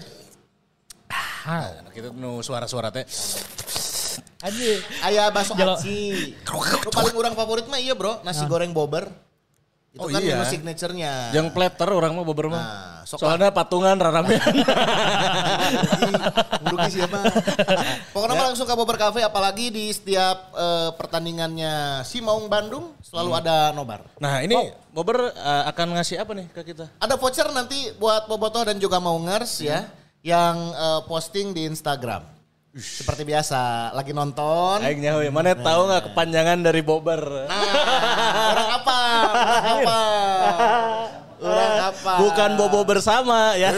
Kita nu suara-suara teh. Aji, aya bakso aci. Nu paling urang favorit mah iya, Bro, nasi goreng Bobber. Itu kan menu signature-nya. Yang platter orang mah Bobber mah. Soalnya patungan raramean. Ngurugi siapa? Pokoknya mah langsung ke Bobber Cafe, apalagi di setiap pertandingannya si Maung Bandung selalu ada nobar. Nah ini Bobber akan ngasih apa nih ke kita? Ada voucher nanti buat Bobotoh dan juga Maungers ya, yang posting di Instagram. Seperti biasa, lagi nonton. Aing nyaho ya, mana tahu nggak kepanjangan dari Bobber? Orang apa? Orang apa? Bukan Bobo bersama ya.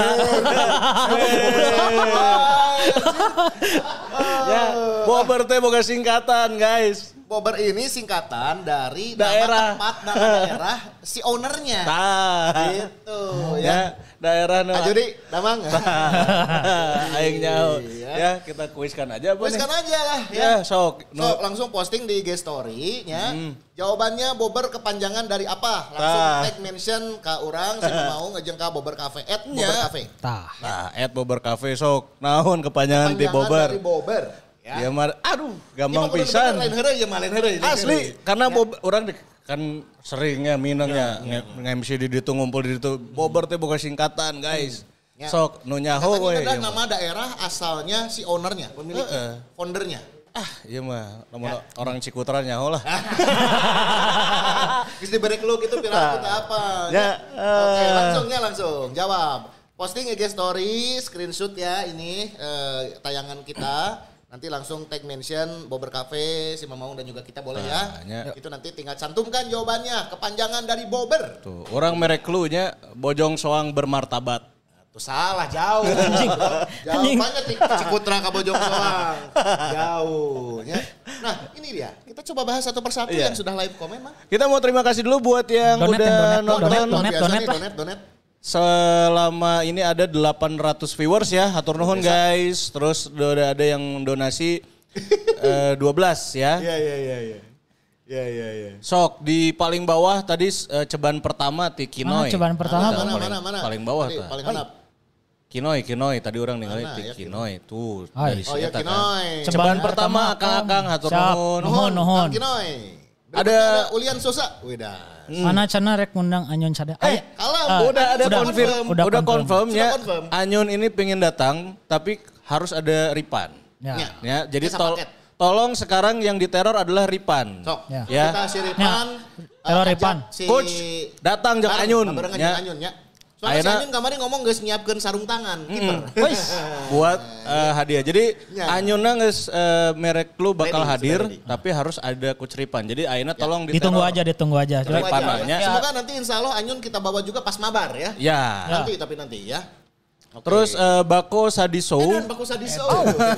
Ya, Bobber teh boga singkatan, guys. Bobber ini singkatan dari daerah nama daerah si ownernya. Gitu ya. Daerah Ajudi, damang. Aing nyaho. Ya, kita kuiskan aja apa kuiskan nih? aja lah ya. Sok langsung posting di IG story ya. Jawabannya Bobber kepanjangan dari apa? Langsung tag mention ke orang sih mau ngejeng ka Bobber Cafe @Bobber Cafe. Nah, @Bobber Cafe sok. Naon kepanjangan di Bobber? Dari Bobber. Ya, aduh, gampang pisan. Lain heureuy. Asli, karena orang kan seringnya minangnya nge-MC di ditu ngumpul di ditu. Bobber teh bukan singkatan, guys. Ya. Sok nu nyaho we. Ada nama daerah asalnya si ownernya, pemilik, foundernya. Iya mah, orang Cikutra nyaho lah. Geus diberi clue gitu pira apa. Ya. Oke, langsung jawab. Posting IG story, screenshot ya ini tayangan kita. Nanti langsung tag mention Bobber Cafe, si Mamaung dan juga kita boleh ya. Itu nanti tinggal cantumkan jawabannya, kepanjangan dari Bobber. Tuh, orang merek clue-nya Bojong Soang bermartabat. Tuh salah, jauh. Jawabannya Cikutra ke Bojong Soang. Jauh. Ya. Nah ini dia, kita coba bahas satu persatu yang sudah live komen mah. Kita mau terima kasih dulu buat yang udah nonton. Donet. Selama ini ada 800 viewers ya, hatur nuhun guys. Terus udah ada yang donasi 12 ya. Iya. Sok di paling bawah tadi ceban pertama ti Kinoy. Ceban pertama mana? Paling bawah tuh. Paling handap. Kinoy tadi orang ninggalin ti Kinoy tuh dari iya Kinoy. Ceban pertama Akang hatur nuhun. Kinoy. Ada Ulian Sosa. Weda. Mana cana rek ngundang Anyun Cade. Udah confirm ya. Anyun ini pengen datang tapi harus ada Ripan. Ya, jadi tolong sekarang yang diteror adalah Ripan. Sok. Ya. Kita si Ripan. Teror Ripan. Coach datang jeung Anyun. Ya. Soalnya si Anyun kemarin ngomong geus nyiapkeun sarung tangan. Kiper. Buat hadiah. Jadi Anyunna geus merek lu bakal hadir tapi harus ada Coach Ripan. Jadi ayeuna tolong ditunggu aja. Ripananya. Semoga nanti insya Allah Anyun kita bawa juga pas mabar ya. Ya. Nanti ya. Okay. Terus Bako Sadiso. Bako Sadiso.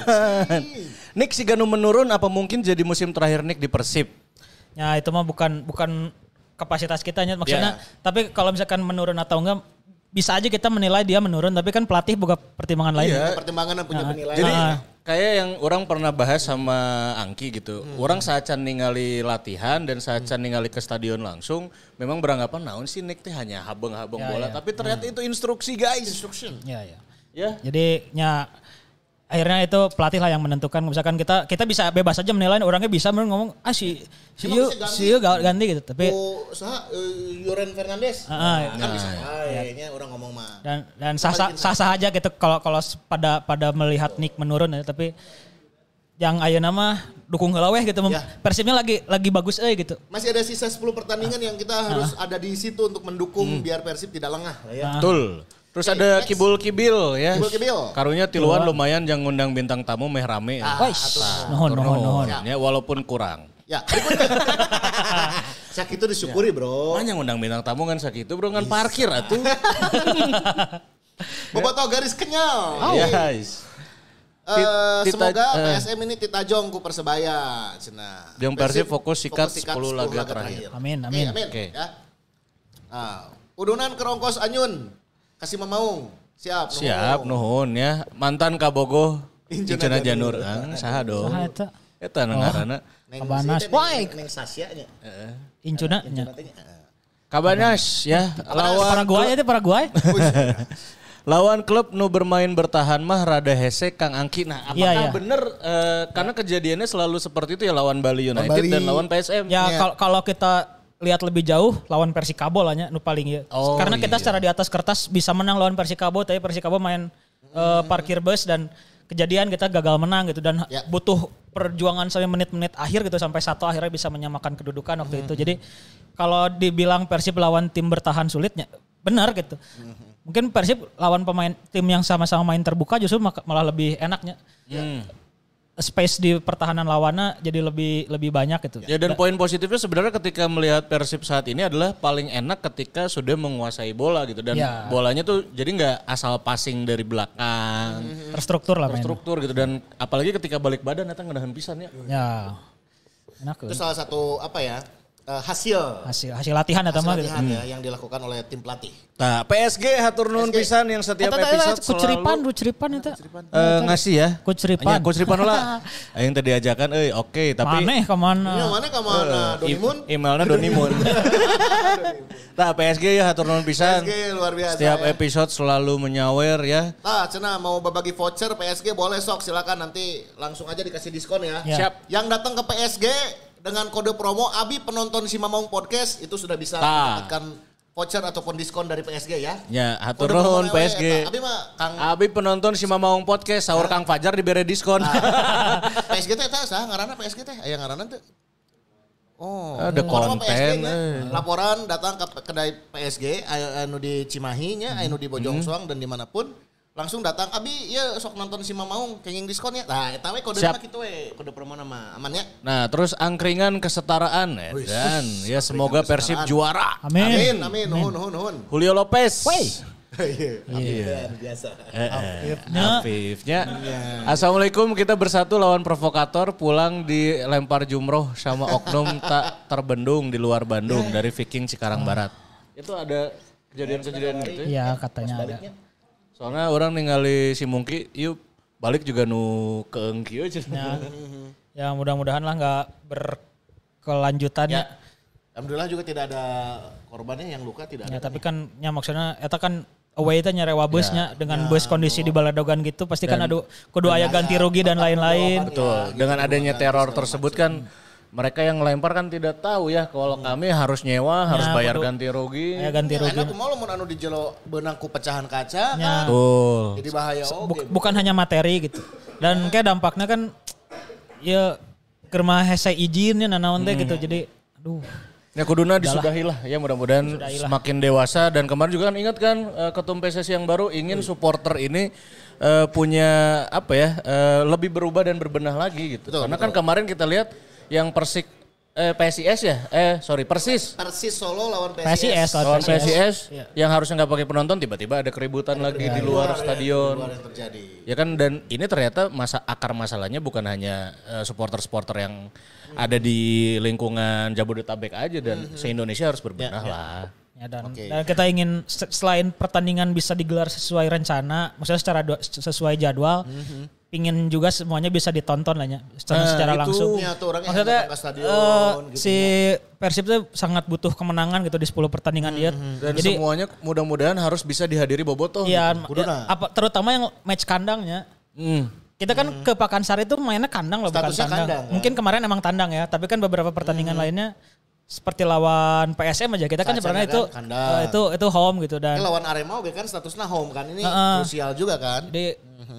Nick si Ganu menurun apa mungkin jadi musim terakhir Nick di Persib? Ya itu mah bukan kapasitas kita maksudnya. Tapi kalau misalkan menurun atau enggak bisa aja kita menilai dia menurun tapi kan pelatih buka pertimbangan lain. Iya, pertimbangan punya penilaian. Jadi kayak yang orang pernah bahas sama Angki gitu. Orang saat ningali latihan dan saat ningali ke stadion langsung memang beranggapan naon sih Nick teh hanya habeng-habeng bola tapi ternyata itu instruksi guys. Ya. Jadi akhirnya itu pelatih lah yang menentukan. Misalkan kita bisa bebas aja menilai orangnya bisa ngomong si ganti gitu tapi Yoren Fernandes kan bisa kayaknya orang ngomong mah dan sah aja gitu kalau pada melihat Nick menurun ya tapi yang ayeuna mah dukung heula weh gitu. Persibnya lagi bagus gitu. Masih ada sisa 10 pertandingan yang kita harus ada di situ untuk mendukung biar Persib tidak lengah ya. Betul. Terus ada Kibul-Kibil ya. Kibul-Kibil. Karunya tiluan lumayan yang ngundang bintang tamu meh rame. Nuhun. Ya walaupun kurang. Ya. Sakit itu disyukuri bro. Mana ngundang bintang tamu kan sakit itu bro kan parkir atuh. Bobotoh garis kenyal. Yes. Semoga PSM ini titajong ku Persebaya. Yang Persib fokus sikat 10 laga terakhir. Amin. Oke. Ya. Udunan kerongkos anyun. Kasih Mamaung. Siap nuhun ya. Mantan Kabogoh Incena Janur. Saha dong. Saha eta? Eta ngaranna. Kabanas. Woi. Neng Sasya nya. Incuna nya. Kabanas ya. Lawan Paraguay. Lawan klub nu bermain bertahan mah rada hese Kang Angki. Nah, apakah bener karena kejadiannya selalu seperti itu ya lawan Bali United dan lawan PSM. Ya kalau kita lihat lebih jauh lawan Persikabo lah nya nu paling ya. Karena kita secara di atas kertas bisa menang lawan Persikabo, tapi Persikabo main parkir bus dan kejadian kita gagal menang gitu dan butuh perjuangan sampai menit-menit akhir gitu sampai 1 akhirnya bisa menyamakan kedudukan waktu itu. Jadi kalau dibilang Persib lawan tim bertahan sulitnya benar gitu. Mungkin Persib lawan pemain tim yang sama-sama main terbuka justru malah lebih enaknya. Space di pertahanan lawannya jadi lebih banyak gitu. Ya dan poin positifnya sebenarnya ketika melihat Persib saat ini adalah paling enak ketika sudah menguasai bola gitu dan bolanya tuh jadi nggak asal passing dari belakang. Terstruktur gitu dan apalagi ketika balik badan datang ngenahan pisan ya. Ya. Enak. Itu salah satu hasil latihan atau mah gitu. Yang dilakukan oleh tim pelatih. Nah, PSG hatur nuhun pisan yang setiap episode selalu kuceripan itu. Ngasih ya. Kuceripan lah. Aing tadi ajakan oke, tapi maneh kemana? Iya, maneh kemana? Donimun? Emailnya Donimun. Nah, PSG ya hatur nuhun pisan. PSG luar biasa. Setiap episode selalu menyawer ya. Cenah mau berbagi voucher PSG boleh sok silakan nanti langsung aja dikasih diskon ya. Siap. Yang datang ke PSG dengan kode promo Abi penonton Si Mamaung Podcast itu sudah bisa mendapatkan voucher ataupun diskon dari PSG ya. Ya, hatur nuhun PSG. Abi penonton Si Mamaung Podcast sahur Kang Fajar dibere diskon. PSG teh eta ngaranna PSG teh aya ngaranna teh. Ada konten. Laporan datang ke kedai PSG anu di Cimahi nya, anu di Bojongsoang dan dimanapun. Langsung datang, Abi ya sok nonton Si Mamaung kenging diskon ya. Nah, eta we kode nama kitu we, kode promo nama aman ya. Nah, terus angkringan kesetaraan dan ya semoga Persib juara. Amin. Nuhun. Julio Lopez. Iya. Biasa. Afifnya. Assalamualaikum, kita bersatu lawan provokator pulang dilempar jumroh sama oknum tak terbendung di luar Bandung dari Viking Cikarang Barat. Itu ada kejadian-kejadian gitu ya? Iya, katanya ada. Soalnya orang ningali si Mungki, yuk balik juga nu keengkieu Ya mudah-mudahan lah nggak berkelanjutan ya. Alhamdulillah juga tidak ada korbannya yang luka tidak ada. Tapi kan maksudnya eta kan away itu nyarewa busnya dengan bus kondisi di Baladogan gitu pasti kan ada kudu aya ganti rugi dan lain-lain. Betul. Dengan adanya teror tersebut kan mereka yang ngelempar kan tidak tahu ya kalau kami harus nyewa, harus bayar ganti rugi. Ya ganti rugi. Enak kumaha lamun anu dijelo beunangku pecahan kaca kan. Betul. Jadi bahaya bukan hanya materi gitu. Dan kayak dampaknya kan ya germah hese izinnya nanaon teh gitu. Jadi aduh. Ya kuduna disudahi lah ya mudah-mudahan semakin dewasa dan kemarin juga kan ingat kan ketum PSSI yang baru ingin supporter ini punya lebih berubah dan berbenah lagi gitu. Karena kan kemarin kita lihat yang Persis Solo lawan PSIS yang harusnya nggak pakai penonton tiba-tiba ada keributan lagi di luar stadion. Ya kan dan ini ternyata akar masalahnya bukan hanya supporter-supporter yang ada di lingkungan Jabodetabek aja dan se-Indonesia harus berbenah lah. Ya, dan kita ingin selain pertandingan bisa digelar sesuai rencana, maksudnya sesuai jadwal. Pingin juga semuanya bisa ditonton lah ya secara langsung. Maksudnya si Persib itu sangat butuh kemenangan gitu di 10 pertandingan dia. Dan jadi, semuanya mudah-mudahan harus bisa dihadiri bobotoh. Iya, terutama yang match kandangnya. Kita kan ke Pakansari itu mainnya kandang loh, bukan tandang. Mungkin kemarin emang tandang ya, tapi kan beberapa pertandingan lainnya seperti lawan PSM aja kita kan sebenarnya itu home gitu dan lawan Arema oke kan statusnya home kan ini krusial juga kan. Jadi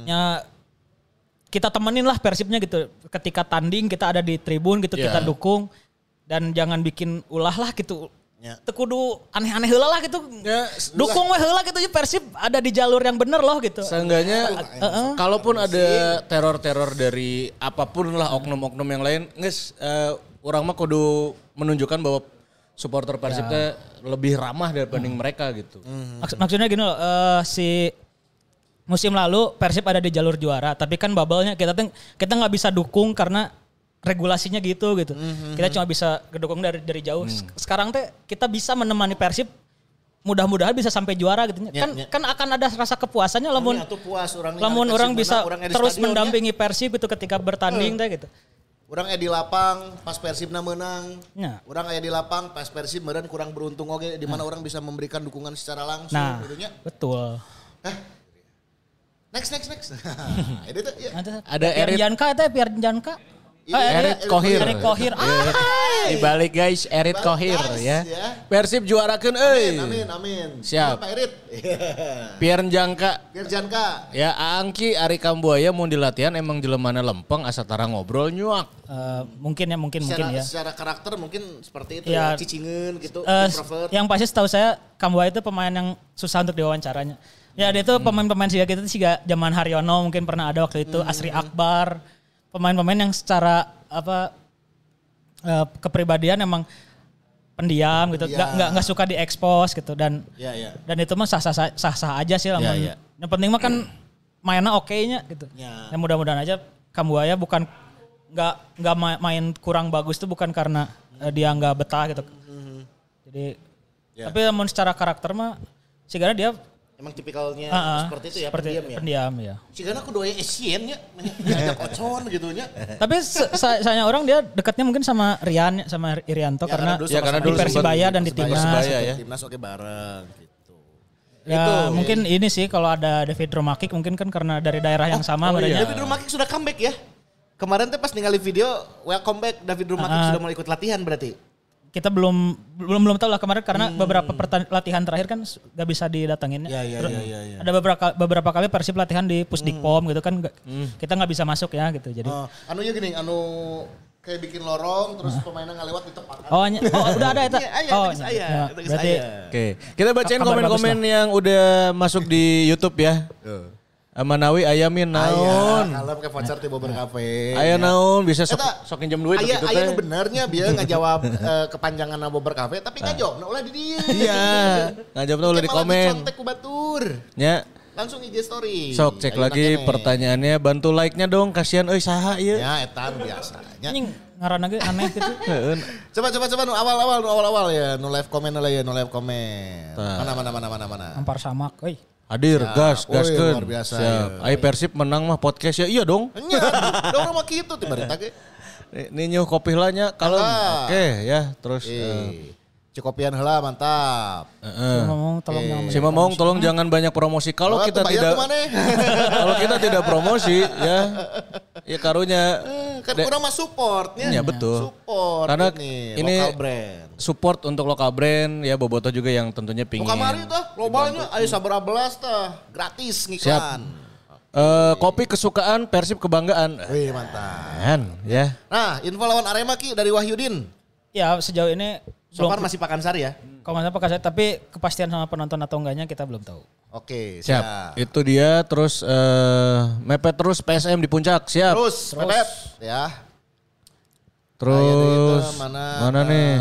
kita temenin lah Persibnya gitu. Ketika tanding kita ada di tribun gitu, kita dukung. Dan jangan bikin ulah lah gitu. Tekudu aneh-aneh heula lah gitu. Dukung we heula gitu Persib ada di jalur yang bener loh gitu. Seenggaknya kalaupun ada teror-teror dari apapun lah oknum-oknum yang lain, orang mah kudu menunjukkan bahwa supporter Persib lebih ramah dibanding mereka gitu. Maksudnya gini loh, si musim lalu Persib ada di jalur juara, tapi kan bubble-nya kita nggak bisa dukung karena regulasinya gitu. Kita cuma bisa ngedukung dari jauh. Sekarang kita bisa menemani Persib mudah-mudahan bisa sampai juara gitu. Kan akan ada rasa kepuasannya lamun orang bisa terus mendampingi Persib gitu ketika bertanding teh gitu. Urang aya di lapang pas Persibna menang. Urang aya di lapang pas Persib meureun kurang beruntung oge di mana orang bisa memberikan dukungan secara langsung gitu nya. Betul. Next. Itu tuh ya. Ada Erit Janka teh Pierre Janka. Erit Kohir. Di balik guys Erit Kohir ya. Persib juarakeun euy. Amin. Siap. Pak Erit. Pierre Janka. Ya Angki Ari Kambuaya mau di latihan emang jelemana lempeng asa tara ngobrol nyuak. Mungkin ya. Secara karakter mungkin seperti itu ya, cicingeun gitu, introvert. Yang pasti setahu saya Kambuaya itu pemain yang susah untuk diwawancaranya. Ya dia itu pemain-pemain siga gitu siga zaman Haryono mungkin pernah ada waktu itu Asri Akbar. Pemain-pemain yang secara kepribadian emang pendiam gitu, nggak suka diekspos gitu dan itu mah sah aja sih lah. Yang penting mah kan mainnya oke-nya gitu. Ya mudah-mudahan aja Kambuaya bukan nggak main kurang bagus tuh bukan karena dia nggak betah gitu. Jadi tapi namun secara karakter mah sigana dia emang tipikalnya seperti itu ya, pendiam ya. Sigana kudu aya Asian-nya, ngajak ocon gitu nya. Tapi sayangnya orang dia dekatnya mungkin sama Rian, sama Irianto karena di Persibaya dan di Timnas. Timnas oke bareng gitu. Ya mungkin ini sih kalau ada David Romakik mungkin kan karena dari daerah yang sama. David Romakik sudah comeback ya. Kemarin tuh pas ningali video welcome back David Romakik sudah mulai ikut latihan berarti. Kita belum tahu lah kemarin karena beberapa latihan terakhir kan gak bisa didatengin. Iya. Ada beberapa kali Persib latihan di Pusdikpom gitu kan kita nggak bisa masuk ya gitu. Jadi anunya gini, kayak bikin lorong terus pemainnya ngalewat di tempat. Udah ada itu. Berarti oke. Kita bacain komen-komen yang udah masuk di YouTube ya. Manawi ayamin naon. Kalau pakai voucher di Bobber Cafe. Aya naon bisa sok pinjam duit gitu teh. Aya nu benernya bieu ngajawab kepanjangan Bobber Cafe tapi ngajawabna ulah di dieu. Iya. Ngajawabna ulah di komen. Contek ku batur. Nya. Langsung IG story. Sok cek lagi pertanyaannya, bantu like-nya dong, kasihan euy saha ieu. Ya eta biasanya. Anjing ngaranna ge aneh gitu. Coba nu awal-awal ya, nu live comment lah ya, nu live comment. Mana. Ampar samak euy. Hadir, gaskeun. Luar biasa. Siap. Ai Persib menang mah podcast ya. Iya dong. Nya, dong mah kitu ti barita ge. Ini nyuh kopi lah nya kalem. Oke ya, terus Cikopian heula mantap. Si Mamong tolong jangan banyak promosi. Kalau kita tidak promosi ya karunya kan kurang mah supportnya. Ya betul. Support karena ini lokal brand. Support untuk lokal brand ya Boboto juga yang tentunya pingin. Kamari tah lobanya aya sabaraha belas tah gratis ngiklan. Kopi kesukaan Persib kebanggaan. Wih mantap. Ya. Nah, info lawan Arema Ki dari Wahyudin. Ya sejauh ini so far masih Pakansari ya? Kalau nggak Pakansari, tapi kepastian sama penonton atau enggaknya kita belum tahu. Oke, siap. Itu dia, terus mepet terus PSM di puncak, siap. Terus. Mepet, ya. Terus, mana nih?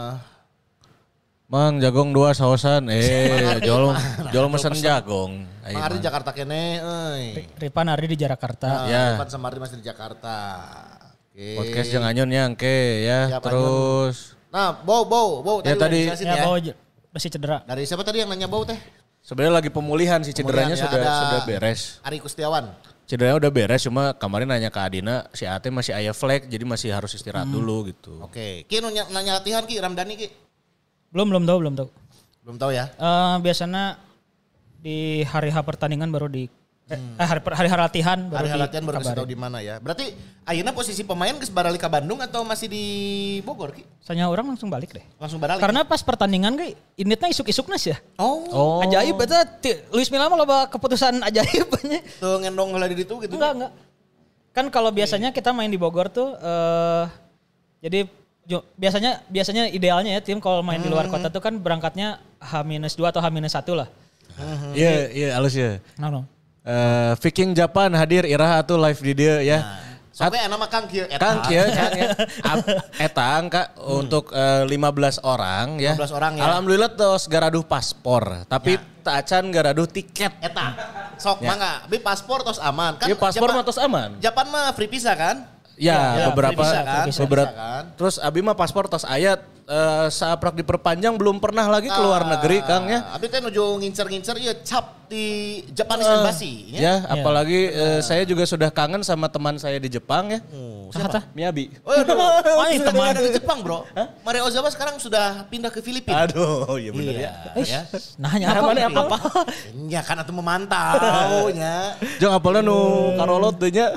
Mang Jagong 2 saosan, jol mesen Jagong. Mang Ardi Jakarta kene, Ripan Ardi di Jakarta. Ya. Ripan sama Ardi masih di Jakarta. Podcast jeung Anyun ya, ya. Terus. Nah, Bow tadi ya. Bow masih cedera. Dari siapa tadi yang nanya Bow teh? Sebenarnya lagi pemulihan sih, cederanya sudah beres. Ari Kustiawan. Cederanya udah beres, cuma kemarin nanya ke Adina, si Ate masih aya flag, jadi masih harus istirahat dulu gitu. Oke, Ki nanya latihan Ki, Ramdhani Ki? Belum tahu. Belum tahu ya? Biasanya di hari H pertandingan baru di hari latihan baru baru kasih tahu di mana ya. Berarti ayeuna posisi pemain geus baralik ka Bandung atau masih di Bogor Ki? Sanya orang langsung balik deh. Langsung balik. Karena pas pertandingan ge initna isuk-isukna sih ya. Oh. Ajaib eta Luis Milla mah loba keputusan ajaib nya. Tuh ngendong heula di ditu gitu. Enggak. Kan kalau biasanya kita main di Bogor tuh jadi biasanya idealnya ya tim kalau main di luar kota tuh kan berangkatnya H-2 atau H-1 lah. Iya halus ya. No. Viking Japan hadir Iraha tuh live di dia ya. Sampai nama Kang Kieu. Kang Kieu etang Kak untuk 15 orang ya. 15 orang ya. Alhamdulillah tos garaduh paspor, tapi tak acan garaduh tiket. Eta. Sok mangga, bi paspor tos aman kan. Iya paspor mah tos aman. Japan mah free visa kan? Ya, beberapa. Bisa kan? Terus abi mah paspor tos ayat saaprak diperpanjang belum pernah lagi ke luar negeri Kang ya. Abi teh nuju ngincer-ngincer ieu cap di Japanese Embassy ya. Apalagi saya juga sudah kangen sama teman saya di Jepang ya. Siapa? Miyabi. Ini teman dari Jepang, Bro. Mario Ozawa sekarang sudah pindah ke Filipina. Aduh, iya benar ya. Nah, hanya apa? Ya kan atuh memantau nya. Jeung apalna nu karolot teh nya.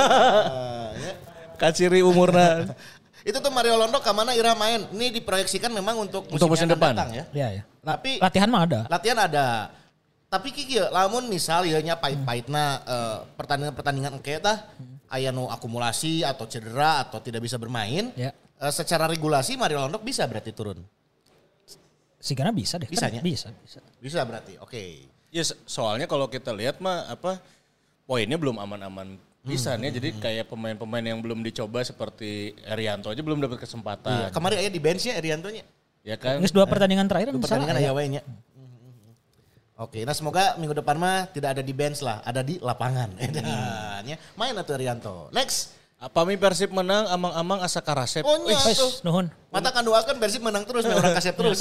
Kaciri umurna. Itu tuh Mario Londo ke mana Ira main. Ini diproyeksikan memang untuk musim depan datang ya. Iya. Tapi latihan mah ada. Latihan ada. Tapi kiki lamun misal ieu nya pahit-pahitna pertandingan-pertandingan engke tah aya nu akumulasi atau cedera atau tidak bisa bermain. Ya. Secara regulasi Mario Londo bisa berarti turun. Sigana bisa deh. Bisanya? Bisa. Bisa berarti. Oke. Ya soalnya kalau kita lihat mah poinnya belum aman-aman pisan ya. Jadi kayak pemain-pemain yang belum dicoba seperti Erianto aja belum dapat kesempatan. Iya, kemarin aya di bench-nya Erianto-nya. Ya kan? Geus 2 pertandingan terakhir kan pertandingan aya we nya. Oke, nah semoga minggu depan mah tidak ada di bench lah, ada di lapangan. Ya. Main atuh Erianto. Next. Pami Persib menang, amang-amang asa karasep. Oh nya tuh. Nuhun. Mata kan doakan Persib menang terus, orang kasep terus.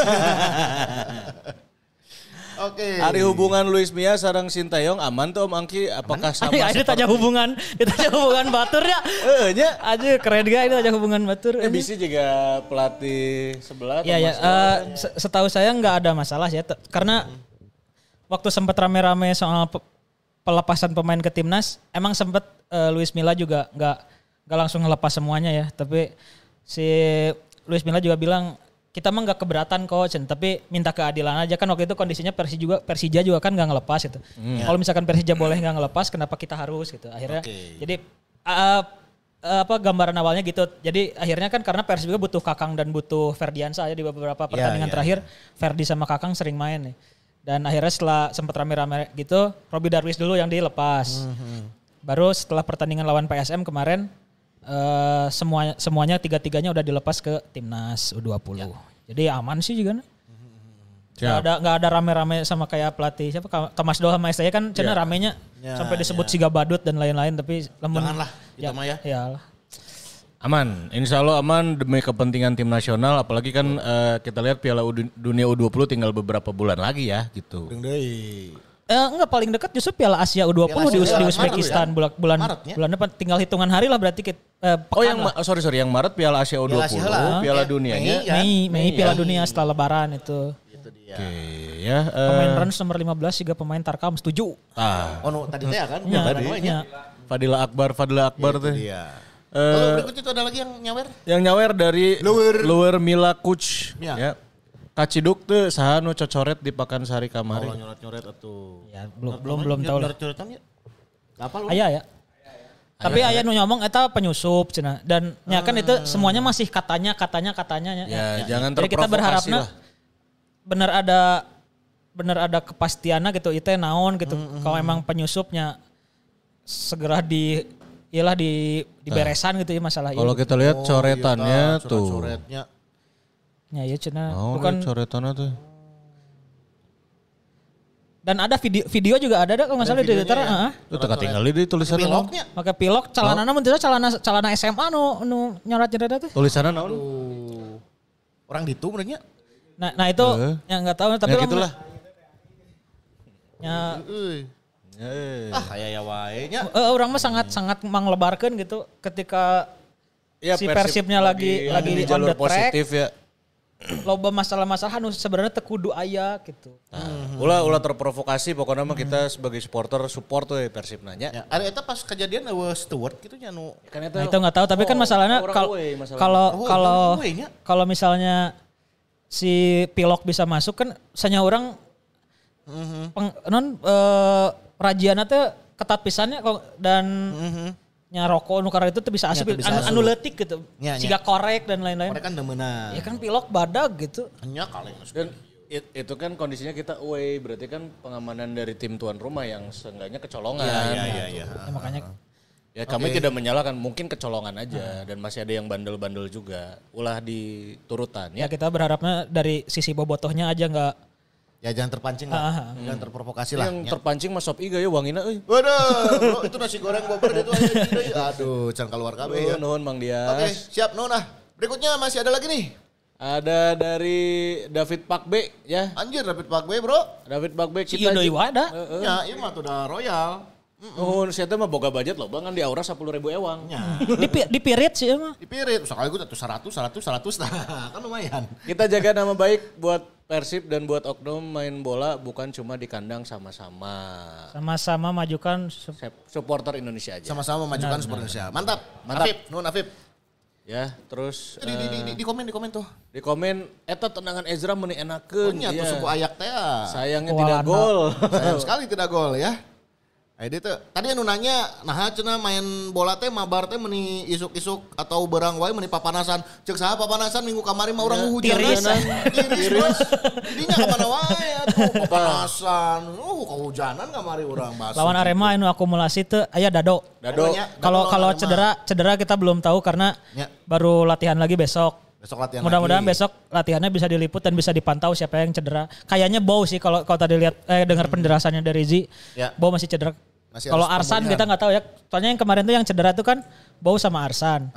Oke. Hari hubungan Luis Mia sareng Sintayong aman tuh Om Angki, apakah sama seperti... ditanya hubungan batur ya. Nya. Aja keren gak ini tanya hubungan batur. Bisa juga pelatih sebelah. Iya. Setahu saya nggak ada masalah ya. Karena waktu sempat rame-rame soal pelepasan pemain ke timnas, emang sempat Luis Milla juga nggak langsung ngelepas semuanya ya. Tapi si Luis Milla juga bilang kita mah nggak keberatan coach, tapi minta keadilan aja kan waktu itu kondisinya Persija juga kan nggak ngelepas gitu. Kalau misalkan Persija boleh nggak ngelepas, kenapa kita harus gitu? Akhirnya jadi gambaran awalnya gitu. Jadi akhirnya kan karena Persib juga butuh Kakang dan butuh Ferdiansa aja di beberapa pertandingan terakhir. Ferdi sama Kakang sering main nih. Dan akhirnya setelah sempat rame-rame gitu, Robbie Darwis dulu yang dilepas. Baru setelah pertandingan lawan PSM kemarin, semuanya tiga-tiganya udah dilepas ke timnas U20. Jadi aman sih juga. Nggak ada rame-rame sama kayak pelatih siapa Thomas Doha sama STY kan cina ramenya sampai disebut Siga Badut dan lain-lain, tapi janganlah itu mah ya. Iyalah. Aman, insya Allah aman demi kepentingan tim nasional, apalagi kan kita lihat Piala Dunia U20 tinggal beberapa bulan lagi ya gitu. Enggak, paling dekat justru Piala Asia U20 di Uzbekistan bulan depan, tinggal hitungan hari lah berarti sorry yang Maret Piala Asia U20, Piala Dunianya Mei Piala Dunia setelah Lebaran itu. Oke ya. Pemain Rans nomor 15 juga pemain Tarkam setuju. Tadi teh kan? Fadila Akbar teh. Lalu berikut itu ada lagi yang nyawer? Yang nyawer dari Luwer Mila Kuch. Ya. Kaciduk tuh saha nu cocoret di Pakansari kamari. Oh, nyoret atuh. Ya, belum tahu lah. Nyoret-nyoretan ya? Apa lu? Aya. Tapi aya nu ngomong eta penyusup cenah, dan ya kan itu semuanya masih katanya ya. Jangan terprovokasi. Jadi kita berharapnya bener ada kepastiannya gitu, itu naon gitu. Kalau emang penyusupnya segera diberesan gitu ya masalah ini. Kalau kita lihat coretannya tuh. Coretnya. Ya cenah. Bukan coretannya tuh. Dan ada video juga ada kalau nggak salah di Twitter. Itu teka tinggal di tulisan piloknya. Pakai pilok, celanana mun teh celana SMA nu nyoret-nyoret teh. Tulisanna naon? Orang ditu benernya. Nah itu yang nggak tahu tapi ya gitulah. Ya. Aya wae nya. Orang mah sangat manglebarkeun gitu ketika si Persibnya lagi di on jalur the track. Positif ya. Loba masalah-masalah nu sebenarnya teu kudu aya gitu. Ulah terprovokasi pokoknya mah kita sebagai supporter support tuh Persib nanya. Ya, ada eta pas kejadian steward gitu nya nu. Nah, itu enggak tahu tapi kan masalahnya kalau misalnya si pilok bisa masuk kan sanya orang rajiana teh ketat pisannya dan nya rokok nu karena itu tuh bisa asup anu leutik gitu. Siga korek dan lain-lain. Korek kan demeuna. Ya kan pilok badag gitu. Nya kaleng. Dan itu kan kondisinya kita away, berarti kan pengamanan dari tim tuan rumah yang seenggaknya kecolongan. Iya. Ya, makanya kami tidak menyalahkan, mungkin kecolongan aja dan masih ada yang bandel-bandel juga. Ulah diturutan ya. Ya kita berharapnya dari sisi bobotohnya aja Ya jangan terpancing lah. Jangan terprovokasi lah. Yang terpancing mah sop iga ya wangina euy. Waduh, bro, itu nasi goreng bober itu aja. Aduh, can keluar kabeh ya. Nuhun Mang Dias. Oke, siap nuhun ah. Berikutnya masih ada lagi nih. Ada dari David Pakbe ya. Anjir David Pakbe bro. David Pakbe Si kita. Indo Iwada. Ya, ieu mah tuh udah royal. Nuhun sia teh mah boga budget loh, kan di aura 10.000 ewang. Ya. Di pirit sih emang. Dipirit, sekali gue tuh 100 nah, kan lumayan. Kita jaga nama baik buat Persib dan buat Oknum main bola bukan cuma di kandang sama-sama. Sama-sama majukan Supporter Indonesia aja. Sama-sama memajukan sport Indonesia. Mantap. Afif, nuhun Afif. Ya, terus Di komen tuh. di komen eta tendangan Ezra meuni enakeun. Pokoknya tuh suku ayak teh. Sayangnya tidak gol. Sayang sekali tidak gol ya. Dia tuh tadi anu nanya, nah cenah main bola teh mabar teh meuni isuk-isuk atau berang wae meuni papanasan. Ceuk saha papanasan minggu kamari mah urang hujanan. Tiris. Dinya ka mana wae atuh papanasan. Kehujanan kamari urang basuh. lawan Arema anu akumulasi teu aya Dado. Kalau cedera kita belum tahu karena baru latihan lagi besok. Mudah-mudahan besok latihannya bisa diliput dan bisa dipantau siapa yang cedera. Kayaknya Bow sih kalau tadi lihat dengar penjelasannya dari Zi. Ya. Bow masih cedera. Kalau Arsan kita nggak tahu ya. Soalnya yang kemarin tuh yang cedera tuh kan Bow sama Arsan.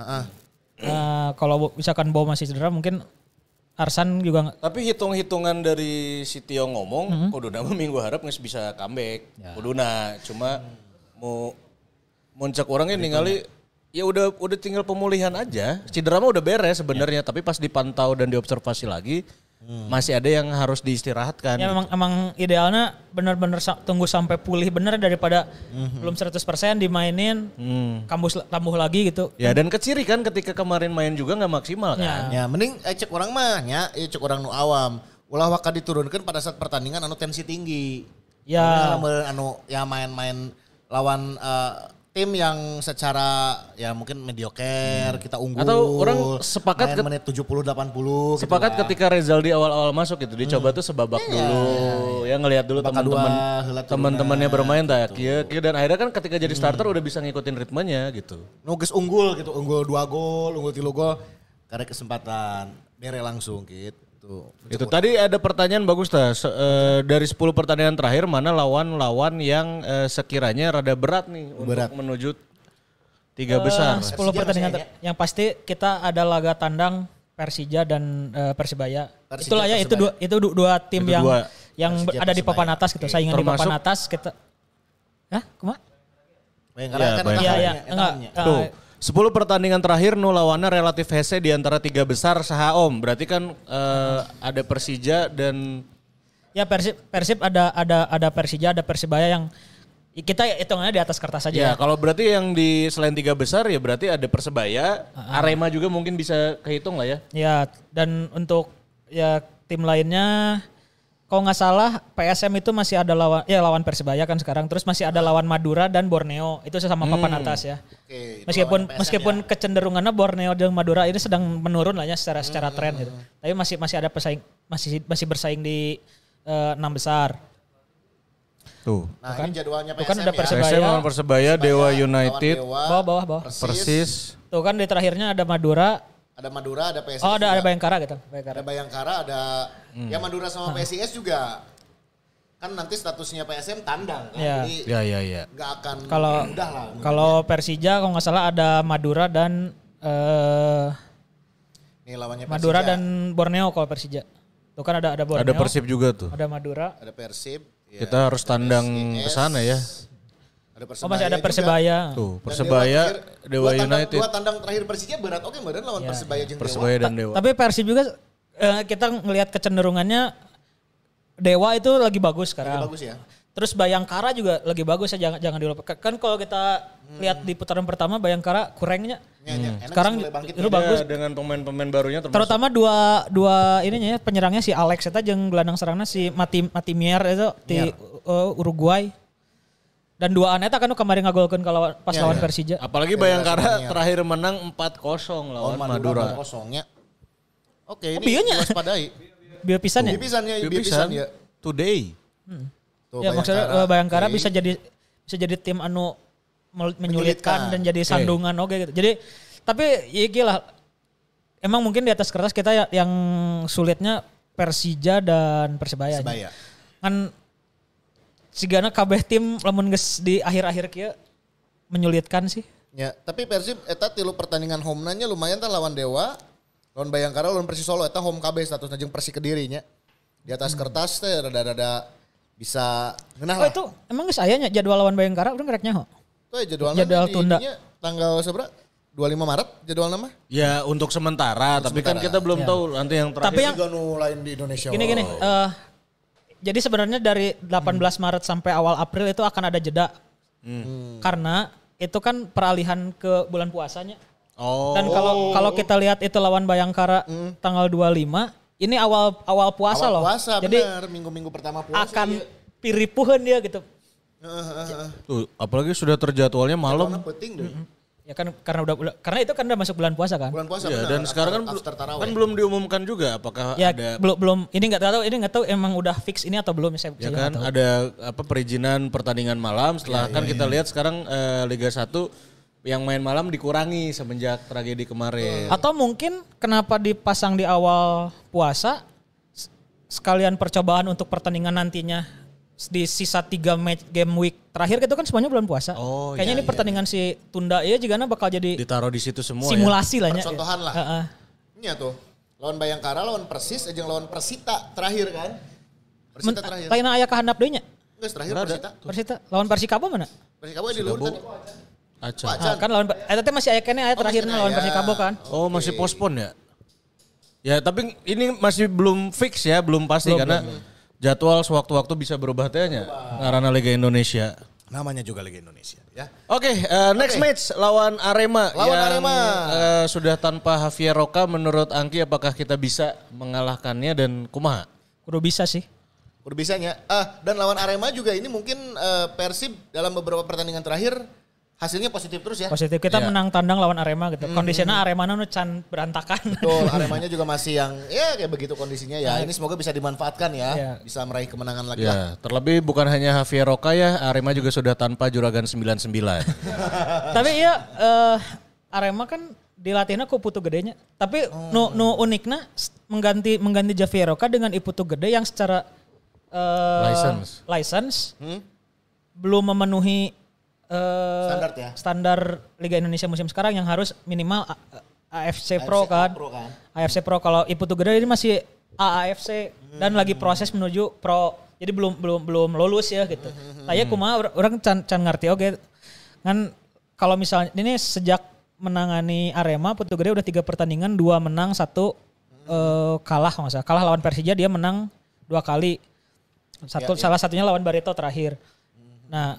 Kalau misalkan Bow masih cedera mungkin Arsan juga. Tapi hitung-hitungan dari si Tio ngomong, kuduna minggu harap nggak bisa comeback. Ya. Kuduna cuma mau muncak orangnya ningali. Ya udah tinggal pemulihan aja. Cedera mah udah beres sebenarnya, tapi pas dipantau dan diobservasi lagi masih ada yang harus diistirahatkan. Ya emang idealnya benar-benar tunggu sampai pulih bener daripada belum 100% dimainin, kambuh lagi gitu. Ya dan keciri kan ketika kemarin main juga nggak maksimal kan. Ya mending cek orang mah ya, cek orang nu awam. Ulah waka diturunkan pada saat pertandingan anu tensi tinggi. Ya. Anu ya main-main lawan tim yang secara ya mungkin mediocre kita unggul atau orang sepakat menit 70-80 sepakat gitu ketika Rezal di awal-awal masuk itu dicoba tuh sebabak dulu ya ngelihat dulu teman-temannya bermain tak kieu dan akhirnya kan ketika jadi starter udah bisa ngikutin ritmenya gitu. Nugas unggul 2 gol, unggul 3 gol karek kesempatan bere langsung gitu. Itu tadi ada pertanyaan bagus dari 10 pertandingan terakhir mana lawan-lawan yang sekiranya rada berat nih untuk menuju 3 besar. 10 pertandingan yang pasti kita ada laga tandang Persija dan Persibaya. Itulah ya itu dua tim yang ada di papan atas gitu, saingan di papan atas kita. Hah, kumaha? Tuh. 10 pertandingan terakhir nu lawannya relatif hese di antara 3 besar saha om. Berarti kan ada Persija dan ya Persib ada Persija, ada Persibaya yang kita hitungannya di atas kertas saja. Ya, kalau berarti yang di selain 3 besar ya berarti ada Persebaya, Arema juga mungkin bisa kehitung lah ya. Ya, dan untuk ya tim lainnya kalau nggak salah PSM itu masih ada lawan Persibaya kan sekarang, terus masih ada lawan Madura dan Borneo, itu sesama papan atas ya. Oke, meskipun kecenderungannya Borneo dan Madura ini sedang menurun lah ya secara tren gitu. Tapi masih ada pesaing, masih bersaing di 6 besar. Tuh. Nah, ini jadwalnya PSM kan ada Persebaya, PSM lawan Persebaya, Dewa United, bawah. Persis. Tuh kan di terakhirnya ada Madura. Ada Madura, ada PSIS. Oh, ada Bayangkara gitu. Ada Bayangkara, ada ya Madura sama PSIS juga. Kan nanti statusnya PSM tandang kan. Ya. Jadi nggak akan mudah lah. Kalau Persija kalau nggak salah ada Madura dan nih lawannya Persija. Madura dan Borneo kalau Persija. Tuh kan ada Borneo. Ada Persib juga tuh. Ada Madura. Ada Persib. Ya. Kita harus tandang ke sana ya. Masih ada Persebaya. Tuh, Persebaya, Dewa United. 2 tandang terakhir Persija berat badan lawan Persebaya jeung Persebaya dan Dewa. Tapi Persib juga kita ngelihat kecenderungannya Dewa itu lagi bagus sekarang. Lagi bagus ya. Terus Bayangkara juga lagi bagus ya, jangan dilupakan. Kan kalau kita lihat di putaran pertama Bayangkara kurangnya. Sekarang itu bagus dengan pemain-pemain barunya terutama dua ininya ya, penyerangnya si Alex eta jeung gelandang serangna si Matimier itu di Uruguay. Dan 2 aneta kan kemarin ngagolkeun kalau pas lawan Persija. Apalagi Bayangkara terakhir menang 4-0 lawan Madura. 4-0-nya. Oke, ini waspadai. Biar pisan ya? Biar pisan ya. Today. Tuh, ya maksudnya Bayangkara bisa jadi tim anu menyulitkan dan jadi sandungan gitu. Jadi tapi ya gila. Emang mungkin di atas kertas kita yang sulitnya Persija dan Persebaya. Kan sigana kabeh tim lamun geus di akhir-akhir kieu menyulitkan sih. Ya, tapi Persib eta 3 pertandingan home-na nya lumayan tah lawan Dewa, lawan Bayangkara, lawan Persis Solo eta home kabeh statusna jeung Persik Kediri nya. Di atas kertas teh rada-rada bisa ngeunah lah. Oh itu emang geus aya nya jadwal lawan Bayangkara urang rek nyaho. Tuh jadwalnya jadwal tunda tanggal seberapa? 25 Maret jadwalnya mah? Ya untuk sementara, tapi kan kita belum tahu nanti yang terakhir. Tapi yang lain di Indonesia. Gini, jadi sebenarnya dari 18 Maret sampai awal April itu akan ada jeda. Karena itu kan peralihan ke bulan puasanya. Oh. Dan kalau kita lihat itu lawan Bayangkara tanggal 25, ini awal puasa loh. Puasa, jadi bener. Minggu-minggu pertama puasa. akan piripuhan dia gitu. Tuh, apalagi sudah terjadwalnya malam. Penting deh. Ya kan karena itu kan udah masuk bulan puasa kan. Bulan puasa Ya, benar. dan sekarang kan belum diumumkan juga apakah Ya ada belum ini nggak tahu emang udah fix ini atau belum saya ya nggak kan tahu. ada apa perizinan pertandingan malam setelah kita lihat sekarang Liga 1 yang main malam dikurangi semenjak tragedi kemarin. Atau mungkin kenapa dipasang di awal puasa sekalian percobaan untuk pertandingan nantinya di sisa 3 game week terakhir gitu kan semuanya bulan puasa. Oh, kayaknya ini pertandingan si tunda ya juga bakal jadi ditaruh di situ semua simulasi lah nya. Contohan lah. Iya tuh. Lawan Bayangkara, lawan Persis, jeung lawan Persita terakhir kan. Persita terakhir. Lain aya kahandap deui nya. Geus terakhir Persita. Persita lawan Persikabo mana? Persikabo di luar tadi. Acan. Kan lawan eta teh masih aya kene aya terakhirnya lawan Persikabo kan. Oh, masih postpone ya? Ya, tapi ini masih belum fix ya, belum pasti karena jadwal sewaktu-waktu bisa berubah tehnya karena Liga Indonesia. Namanya juga Liga Indonesia ya. Oke, next match lawan Arema. Arema. Sudah tanpa Javier Roca, menurut Angki apakah kita bisa mengalahkannya dan kumaha? Kudu bisa sih. Kudu bisanya. Dan lawan Arema juga ini mungkin Persib dalam beberapa pertandingan terakhir hasilnya positif terus ya. Positif kita menang tandang lawan Arema gitu. Kondisinya Arema nu can berantakan. Betul, Aremanya juga masih yang ya kayak begitu kondisinya ya. Ini semoga bisa dimanfaatkan ya. Bisa meraih kemenangan lagi lah. Terlebih bukan hanya Javier Roca ya, Arema juga sudah tanpa juragan 99. Tapi iya Arema kan dilatihnya ku Putu Gedenya. Tapi nu uniknya mengganti Javier Roca dengan Putu Gede yang secara license belum memenuhi standar Liga Indonesia musim sekarang yang harus minimal AFC Pro kan. AFC Pro kalau Putu Gede ini masih AAFC dan lagi proses menuju Pro. Jadi belum lulus ya gitu. Saya kumaha orang can ngerti oke. Kan kalau misalnya ini sejak menangani Arema Putu Gede udah 3 pertandingan, 2 menang, 1 kalah kalau nggak salah. Kalah lawan Persija, dia menang 2 kali. Salah satunya lawan Barito terakhir. Nah,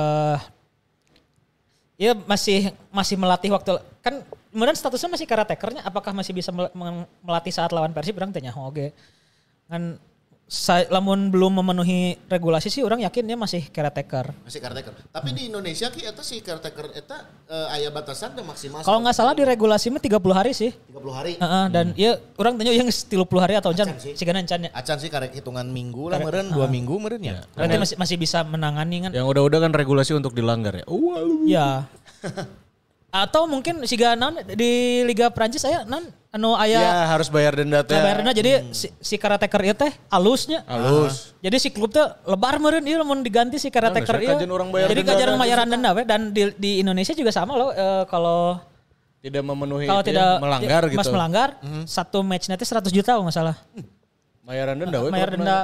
ya masih melatih waktu kan kemudian statusnya masih caretakernya, apakah masih bisa melatih saat lawan Persib orang tanya oke. Kan lamun belum memenuhi regulasi sih orang yakin dia masih caretaker. Masih caretaker. Tapi di Indonesia ki eta si caretaker eta aya batasan teh maksimal. Kalau nggak salah di regulasi mah 30 hari sih. 30 hari. Dan ya orang tanya yang 30 hari atau encan sigana encan ya. Acan sih karek hitungan minggu lah meureun 2 minggu meureun ya. Berarti masih bisa menangani kan. Yang udah-udah kan regulasi untuk dilanggar ya. Ya. Atau mungkin siga naon di Liga Prancis aya naon anu aya ya harus bayar denda teh. Bayar denda jadi si caretaker ieu teh alusnya. Halus. Jadi si klub teh lebar meureun ieu mun diganti si caretaker ieu. Jadi kajarang bayaran denda we dan di Indonesia juga sama loh kalau tidak memenuhi kalau tidak melanggar gitu. Mas melanggar satu match nanti 100 juta kalau enggak salah. Bayaran denda we. Bayar denda.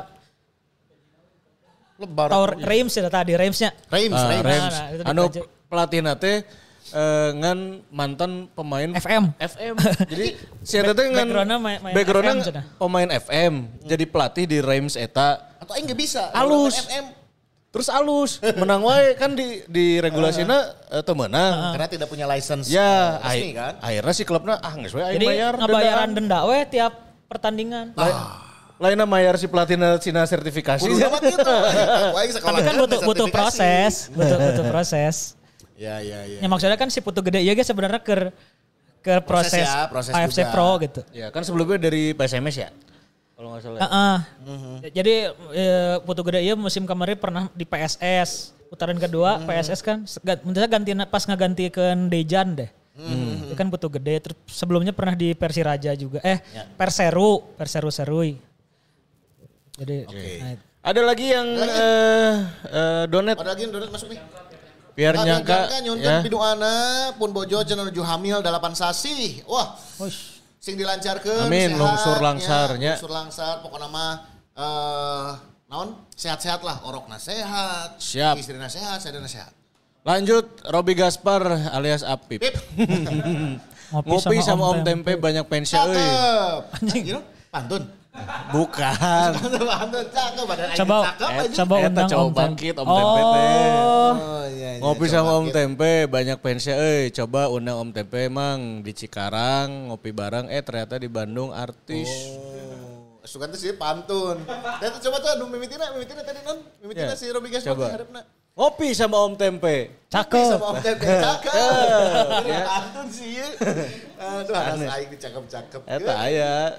Lebar. Tahu Reims ya tadi Reimsnya. Reims. Anu pelatih nate ngan mantan pemain FM. Jadi si eta teh ngan backgroundnya pemain FM, jadi pelatih di Reims eta. Atau aing enggak bisa. Alus. FM. Terus alus, menang wae kan di regulasinya teu meunang. Karena tidak punya license ya, resmi kan. Akhirnya si klubna geus we aing jadi bayar ngabayaran denda we tiap pertandingan. Lainnya bayar si pelatihna cina sertifikasi. Tapi kan butuh proses, butuh proses. Ya. Ya maksudnya kan si Putu Gede ya sebenarnya ke proses AFC juga. Pro gitu. Ya kan sebelumnya dari PSMS ya. Kalau nggak salah. Jadi Putu Gede ya musim kemarin pernah di PSS. Putaran kedua PSS kan menurutnya ganti pas ngagantikan Dejan deh. Itu kan Putu Gede. Terus sebelumnya pernah di Persiraja juga. Perseru Serui. Jadi Ada lagi yang donate. Ada lagi yang donate masuk nih. Biar nyangka nyunten piduana pun bojo cenah nuju hamil 8 sasi. Wah. Sing dilancarkeun. Amin, sehat, lungsur langsarnya. Lungsur langsar pokokna mah naon sehat-sehat lah, orokna sehat. Siap. Istrina sehat, sadana sehat. Lanjut Robi Gaspar alias Apip. Pip. Ngopi sama Om Tempe banyak pensi euy. Cakep. Anjing, pantun. Bukan. Pantun cakep badan Coba undang Om bangkit Om Tempe teh. Oh iya. Ngopi sama Om Tempe banyak pensi euy. Coba undang Om Tempe emang di Cikarang ngopi bareng ternyata di Bandung artis. Suka tuh sih pantun. Dan coba tuh anu mimitina tadi non. Mimitina si Robi Gaspar harapna. Ngopi sama Om Tempe. Cakep. Sama Om Tempe cakep. Pantun sih. Aduh harus aing dicakep-cakep. Eta aya.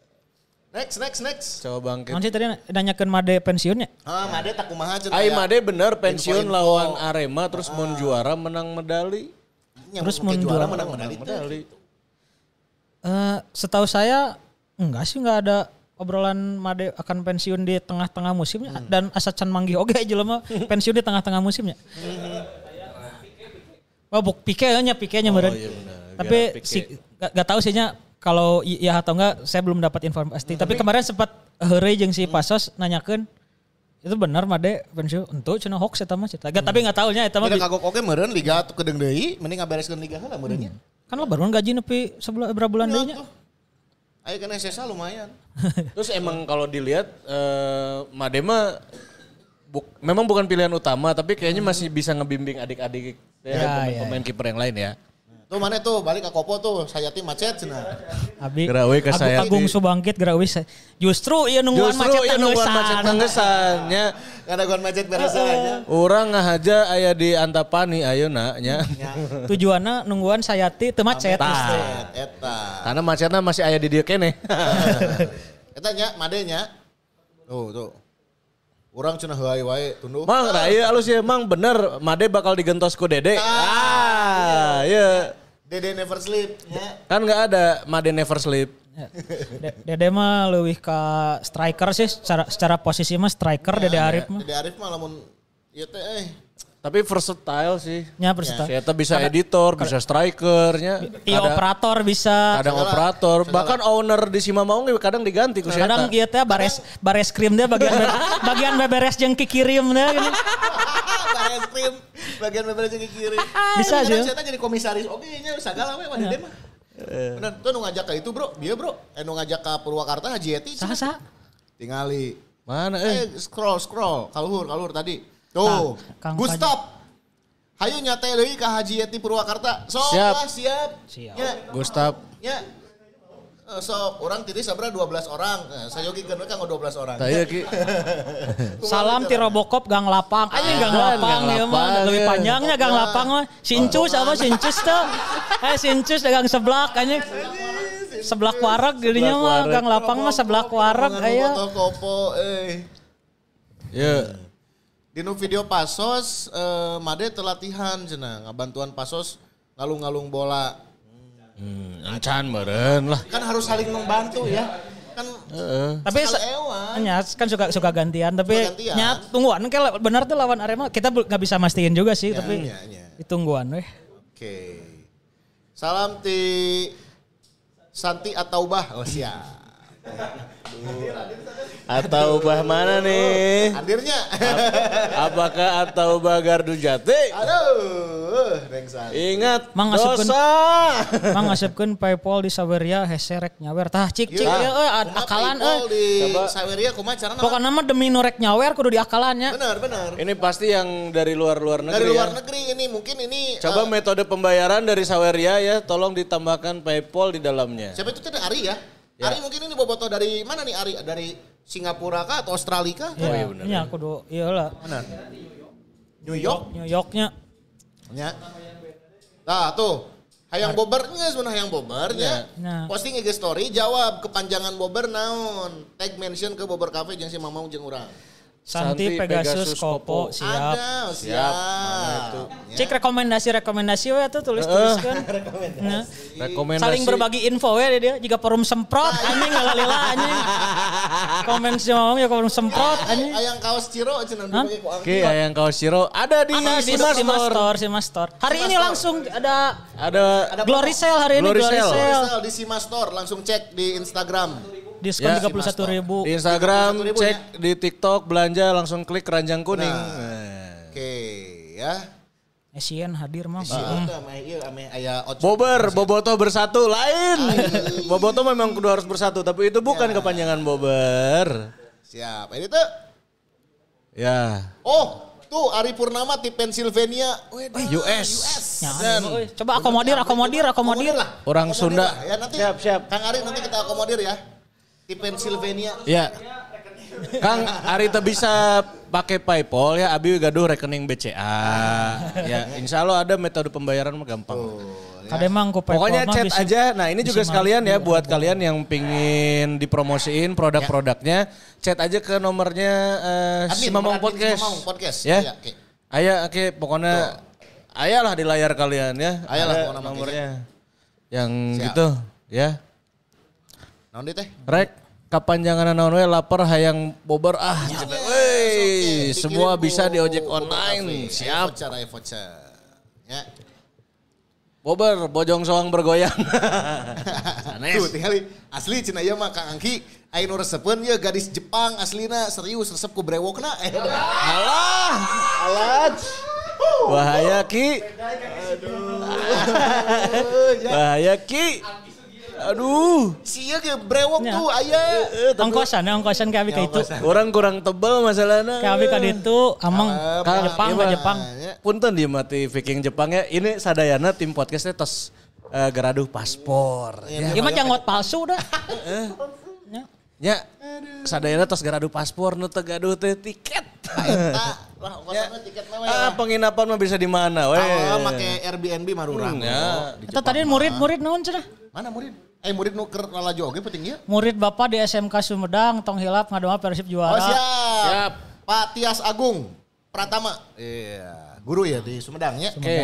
Next. Coba bangkit. Nanti tadi nanyakeun Made pensiunnya. Made tak kumaha cenah. Ai Made bener pensiun lawan Arema terus mun juara menang medali. Terus mun juara menang medali. Setahu saya enggak ada obrolan Made akan pensiun di tengah-tengah musimnya dan asa can manggih oge jelema pensiun di tengah-tengah musimnya. Oh, Pique-nya meureun. Iya benar. Tapi enggak tahu sih nya kalau iya atau enggak saya belum dapat informasi. Tapi kemarin sempat heureuy jeung si Pasos nanyakeun itu benar Made pensiun untuk cenah hoax eta mah tapi enggak tahu nya eta mah. Tidak kagok oge meureun liga atuh kedeung deui mending ngabereskeun liga heula meureun nya. Kan lo baru gaji nepi berapa bulan deui nya. Ayo kan SSA lumayan. Terus emang kalau dilihat Made mah memang bukan pilihan utama tapi kayaknya masih bisa ngebimbing adik-adik pemain kiper yang lain ya. Tuh mana tuh balik ke Kopo tuh Sayati macet cenah. Abi Gerawe ke Sayati. Agung Subangkit Gerawe justru ieu nungguan macet tanggesannya. Karena macet biasanya. Urang ngahaja aya di Antapani ayeuna nya. Tujuanna nungguan Sayati teu macet. Eta. Karena macetna masih aya di dieu keneh. Eta nya Made nya. Tuh. Urang cenah heuai wae tunduh. Mang da ieu alus ya Mang bener Made bakal digentos ku Dede. Iya. Dede never sleep nya. Kan enggak ada Made never sleep. Dede mah leuwih ka striker sih secara posisi mah striker Dede Arif mah. Dede Arif mah lamun ieu teh Tapi versatile sih. Ya versatile. Saya bisa editor, bisa strikernya. Iya operator bisa. Kadang operator, bahkan owner di Simamaung kadang diganti ku kadang ieu teh bares krim teh bagian beberes jeung kikirim teh gini. Bares krim bagian beberes jeung kikirim. Bisa sih. Saya jadi komisaris oge nya sagala we mah Dede mah. Bener, tuh nu ngajak ke itu bro, dia bro. Nu ngajak ke Purwakarta Haji Eti. Saha? Tingali. Mana Scroll. Kaluhur tadi. Tuh, Gustaf. Hayu nyate deui ka Haji Eti Purwakarta. Sok lah siap. Siap. Gustaf. Ya. Sok, orang tiri sabra 12 orang. Sayogikeun we kanggo 12 orang. Tah ieu ki. Salam ti Robocop Gang Lapang. Anjing Gang Lapang ieu mah leuwih panjangnya Gang Lapang mah. Sincus teh. Sincus dagang seblak anjing. Seblak wareg geudinya mah Gang Lapang mah seblak wareg aya. Kopo Ya. Di nu video Pasos Made telatihan cenah ngabantuan Pasos ngalung-ngalung bola. Encan meureun lah. Kan harus saling membantu ya. Kan tapi nya kan suka gantian tapi nya tungguan ke benar tuh lawan Arema kita enggak bisa mastiin juga sih tapi ditungguan weh. Oke. Salam ti Santi Ataubah. Oh siap. Ataubah mana nih? Hadirnya. Apakah Ataubah Gardu Jati? Aduh, ingat Mang dosa. Mang ngasepkeun PayPal di Saweria heserek nyawer. Tah cik akalan di Saweria kumaha carana? Pokokna mah demi norek nyawer kudu diakalannya. Benar. Ini pasti yang dari luar negeri. Dari luar negeri ini mungkin ini. Coba metode pembayaran dari Saweria ya, tolong ditambahkan PayPal di dalamnya. Siapa itu tadi Ari ya? Ari mungkin ini bobotoh dari mana nih Ari? Dari Singapura kah atau Australia kah? Oh iya benar. Iya kudu iyalah. Benar. New Yorknya. Ya. Nah tuh. Hayang bobernya sebenarnya hayang bobernya. Nah. Posting IG story jawab kepanjangan bober naon. Tag mention ke Bober Cafe jeung si Mamang jeung urang. Santi, Pegasus, Kopo, siap. Ada, siap. Cek rekomendasi we tuh tulis-tuliskan. Rekomendasi. Saling berbagi info we dia. Jika forum semprot anjing ngalalila anjing. Komen si ngomong ya forum semprot anjing. Ayang kaos Ciro cenah dibagi ku Angki. Oke, ayang kaos Ciro ada di Simastor. Hari ini langsung ada Glory Sale hari ini Glory Glory Sale. Sale. Di Simastor langsung cek di Instagram. Diskon Ya, 31.000. Di Instagram, 31.000 cek di TikTok, belanja langsung klik keranjang kuning. Oke, ya. Asian hadir mah. Bobotoh bersatu lain. Bobotoh memang kudu harus bersatu, tapi itu bukan kepanjangan Bober. Siap. Ini tuh. Ya. Oh, tuh Ari Purnama di Pennsylvania. US. Coba akomodir lah. Orang Sunda. Lah. Ya nanti Siap. Kang Ari nanti kita akomodir ya. Di Pennsylvania. Ya. Kang Ari teh bisa pakai PayPal ya, abi gaduh rekening BCA. Ya, insya Allah ada metode pembayaran mah gampang. Kademang ku PayPal. Pokoknya mah chat bisa- aja. Nah ini juga bisa sekalian ya buat kalian yang pingin dipromosiin produk-produknya, chat aja ke nomornya si Mamang Podcast. Mamang Podcast. Ya. Iya, oke. Aya oke pokoknya aya lah di layar kalian ya. Aya lah Ada pokoknya nomornya. Yang Siap. gitu ya. Naon di teh? Rek kapanjangan naon we lapar hayang bober cenah. Wey, semua bisa di ojek online. Siap. Voucher. Ya. Bober bojong soang bergoyang. Tuh tinggal asli cenah ieu mah Kang Angki aya nu resepeun ye gadis Jepang aslina serius resep ku brewokna. Alah. Bahaya Ki. Bahaya Ki. Aduh. Sia ge brewok tuh aya. Ongkosan ka abi ka itu. Orang kurang tebal masalahnya. Ka abi ka ditu amang Kang, Jepang iya, ka Jepang. Punten dia mati Viking Jepang ya. Ini sadayana tim podcastnya tos geraduh paspor. Ieu mah janggot palsu dah. Ya, sadayana tos geraduh paspor nu teu gaduh teh tiket. Lah ongkosanna tiket mah we. Penginapan mah bisa di mana we. Kalau make Airbnb marurang. Ya. Eta tadi murid-murid naon cenah? Mana murid? Murid nu keur lalajo oge penting ya. Murid Bapak di SMK Sumedang tong hilap ngadoa Persib juara. Oh siap. Pak Tias Agung Pratama. Iya, guru ya di Sumedang ya.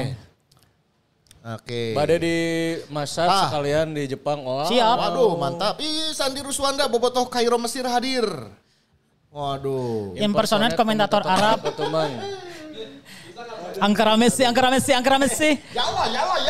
Oke. Bade dimasak sekalian di Jepang. Oh. Siap. Waduh, mantap. Ih, Sandi Ruswanda bobotoh Kairo Mesir hadir. Waduh. Impersonate komentator Arab. Teman. Angkara Messi. Ya Allah.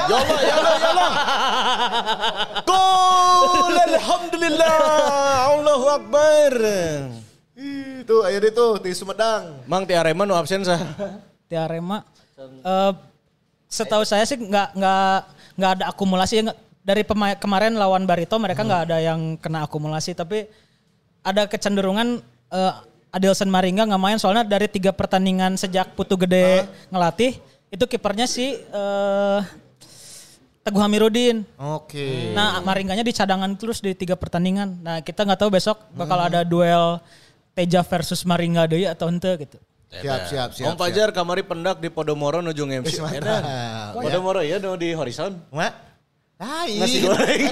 Gol alhamdulillah. Allahu akbar. Itu aya di tuh di Sumedang. Mang ti Arema nu absen sah. Di Arema. Setahu saya sih nggak ada akumulasi. Dari kemarin lawan Barito mereka nggak ada yang kena akumulasi. Tapi ada kecenderungan Adilson Maringga nggak main soalnya dari 3 pertandingan sejak Putu Gede ngelatih itu kipernya si Teguh Hamirudin. Oke. Nah Maringganya di cadangan terus di 3 pertandingan. Nah kita nggak tahu besok bakal ada duel Teja versus Maringga deui atau ente gitu. Siap. Om Fajar kamari pendak di Podomoro nuju MC. Podomoro ya nu di Horizon. Mak. Lain. Nasi goreng.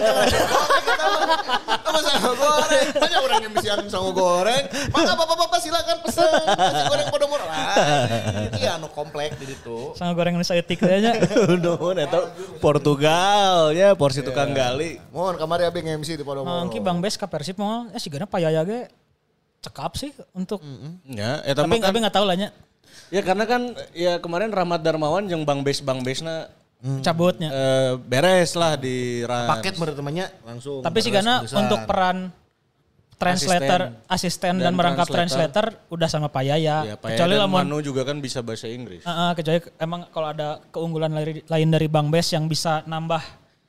Sama goreng. Banyak orang yang bisa sango goreng. Maka bapak-bapak silakan pesen nasi goreng Podomoro. Iya anu komplek di situ. Sama goreng nusa etik aja. Nuhun eta Portugal ya porsi tukang gali. Mohon kamari abi nge-MC di Podomoro. Mangki Bang Bes ka Persib mah sigana payaya ge cekap sih untuk. Ya, eta mah Tapi enggak tahu lah nya. Ya karena kan ya kemarin Rahmat Darmawan jeung Bang Besna Cabutnya. Beres lah di Paket menurut temannya langsung. Tapi sigana untuk peran asisten dan merangkap translator udah sama Pak Yaya. Ya, kecuali Manu juga kan bisa bahasa Inggris. Kecuali emang kalau ada keunggulan lain dari Bang Bes yang bisa nambah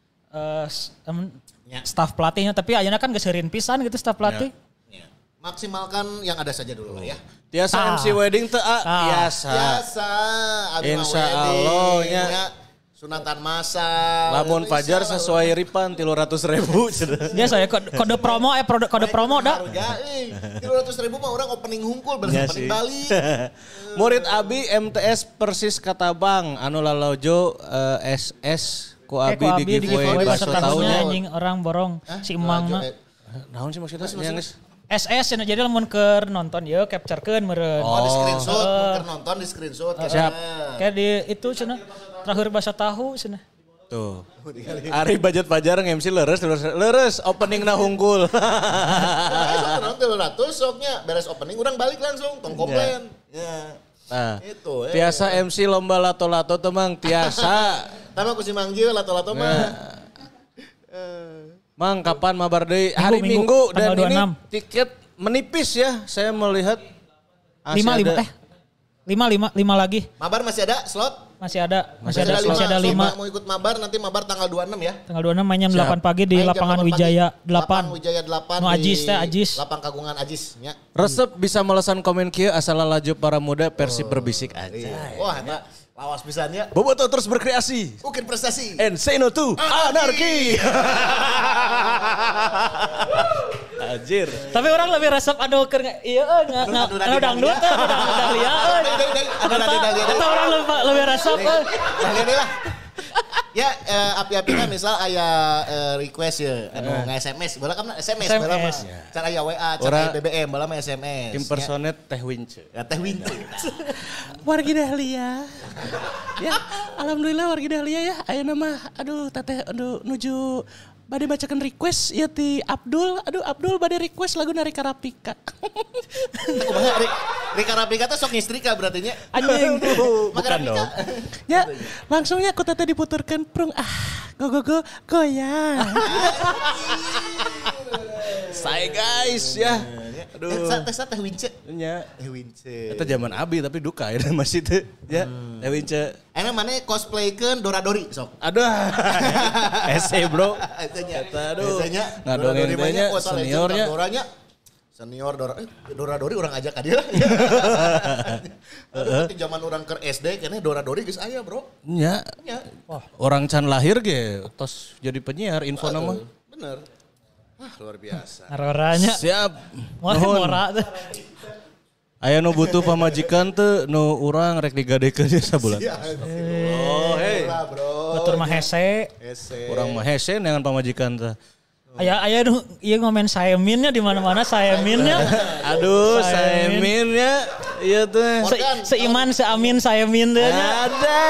staff pelatihnya. Tapi ayeuna kan geuseureun pisan gitu staff pelatih. Ya. Maksimalkan yang ada saja dulu ya. Tiasa MC wedding teu biasa. Insya Allah nya. Sunatan masal. Lamun Fajar sesuai Ripan 300.000. Biasa ya kode promo dah. 300.000 mah orang opening hungkul Ya opening Bali. Murid Abi MTS Persis Katabang anu lalojo SS ku Abi di giveaway bakso tahunnya. Anjing orang borong si Emang mah. Naon sih maksudnya? SS jadi lamun keur nonton ya capturekeun meureun. Oh, di screenshot, keur nonton di screenshot. Siap. Kayak di itu cenah terakhir bahasa tahu cenah. Tuh. Ari budget Fajar nge-MC leres opening na hungkul. Terus soknya beres opening urang balik langsung tong komplain. Ya. Nah, itu tiasa MC lomba lato-lato tuh mang tiasa. Tama ku si Manggil lato-lato mah. Mang kapan mabar deui? Hari Minggu dan ini tiket menipis ya. Saya melihat 5 lagi. Mabar masih ada slot? Masih ada 5. Mau ikut mabar nanti mabar tanggal 26 ya. Tanggal 26 mainnya 8 pagi di lapangan Wijaya 8. Wijaya 8 no Ajis teh Ajis. Lapang Kagungan Ajis nya. Resep bisa melesan komen kieu asal laju para muda Persib berbisik aja. Wah, eta lawas pisannya. Boboto terus berkreasi. Ukir prestasi. And say no to anarki. Anjir. Tapi orang lebih resep anu keur ieu anu dangdut teh anu dahlia Atau orang lebih resep lah. Ya api-apinya misal aya request ya anu nge-SMS bala kan SMS bala mah can aya WA can aya BBM bala mah SMS impersonate Teh Wince ya Teh Wince wargi Dahlia ya alhamdulillah wargi Dahlia ya ayeuna mah aduh teteh nuju bade bacakan request ya ti Abdul Abdul bade request lagu Rika Rapika kumaha Rika Rapika teh sok ngistrika berarti nya anjing bukan dong ya langsungnya aku teteh diputurkan prung go goyang saya guys ya aduh Teh Wince nya Teh Wince itu zaman abi tapi duka ya masih teh ya Teh Wince enak mana cosplaykeun Doradori sok aduh ese bro eta aduh ngadongeng teh nya seniornya senior Doradori orang ajak ka dia di zaman orang ke SD kayaknya Doradori geus aya bro nya orang can lahir ge tos jadi penyiar info nama bener luar biasa aroranya siap mora teh aya nu butuh pamajikan teh nu urang rek digadekeun sabulan oh hei batur mah hese urang mah hese dengan pamajikan teh aya nu ieu ngomen saeminnya di mana-mana saeminnya aduh saeminnya ieu teh seiman seamin saemin teh ada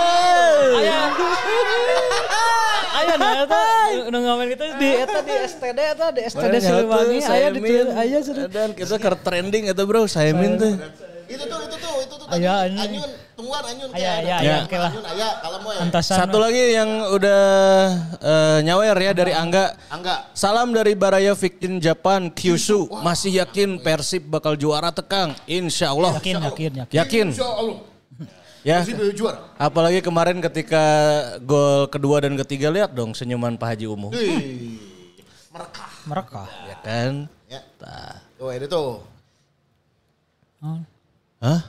aya na eta nu ngomen kitu di STD eta di STD Siliwangi aya dan kita keur trending eta bro saemin teh itu tuh aya anyun tungguan anyun aya anyun aya kalau mau ya satu lagi yang udah nyawer ya dari Angga salam dari Baraya Victin Japan Kyushu masih yakin Persib bakal juara tekang insyaallah yakin insyaallah ya apalagi kemarin ketika gol kedua dan ketiga lihat dong senyuman Pak Haji Umuh merekah ya kan ya tuh itu tuh hah?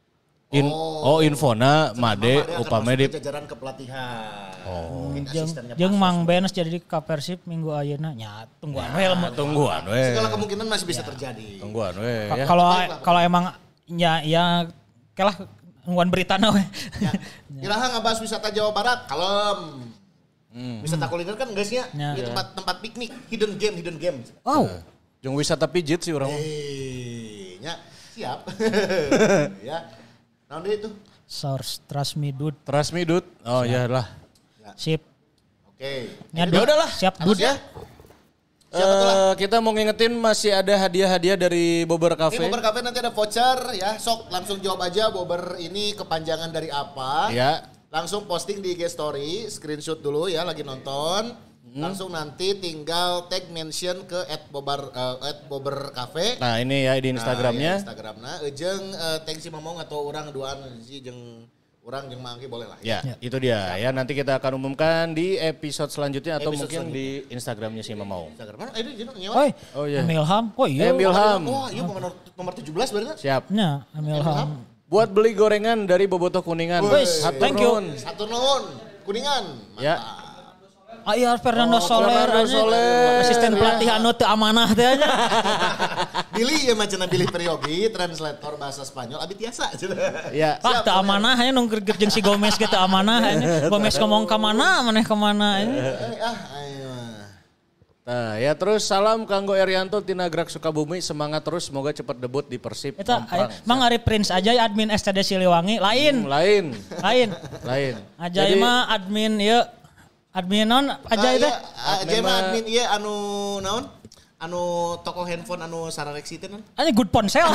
Infona Made upame di jajaran kepelatihan. Jeung Mang Benes jadi ka Persib minggu ayeuna nya tungguan we. Segala kemungkinan masih bisa terjadi. Tungguan we ya. Kalau emang ya kelah tungguan beritana we. Iraha ngabahas wisata Jawa Barat kalem. Wisata kuliner kan guysnya di tempat piknik, hidden game. Wow. Jeung wisata pijit sih urang. Nya siap. Ya. Naon deui itu? Source Trasmidut. Oh iyalah. Sip. Oke. Ya udahlah, siap dud ya. Kita mau ngingetin masih ada hadiah-hadiah dari Bobber Cafe. Bobber Cafe nanti ada voucher ya. Sok langsung jawab aja Bobber ini kepanjangan dari apa. Ya. Langsung posting di IG story, screenshot dulu ya lagi nonton. Langsung nanti tinggal tag mention ke @Bobber Cafe. Nah ini ya di Instagramnya. Instagramnya. Jeung tag si Mamong atau orang duaan si jeung orang jeung Mangki boleh lah. Ya, itu dia. Ya nanti kita akan umumkan di episode selanjutnya atau mungkin di Instagramnya si Mamong. Instagram ini jeung nyewa. Oh iya. Emilham. Oh iya. Emilham. Oh iya nomor 17 berarti. Siap. Nya Emilham. Buat beli gorengan dari Bobotoh Kuningan. Thank you. Satu nuhun. Kuningan. Mantap. Ya. Aya Fernando Soler, asisten pelatih anu teu amanah teh nya. Billy ya macana Billy Periogi, translator bahasa Spanyol abi tiasa. Ya. Teu amanah nya nu jeung si Gomez ge teu amanah nya. Gomez ngomong ka mana maneh ka mana nya. Nah, ya terus salam kanggo Erianto tina Gerak Sukabumi, semangat terus semoga cepat debut di Persib. Eta Mang Ari Prince aja admin STD Siliwangi lain. Lain. Aja mah admin ieu. Admin naon aja itu? Aja mah admin ieu anu naon? Anu toko handphone anu sararek siteun. Ani good ponsel.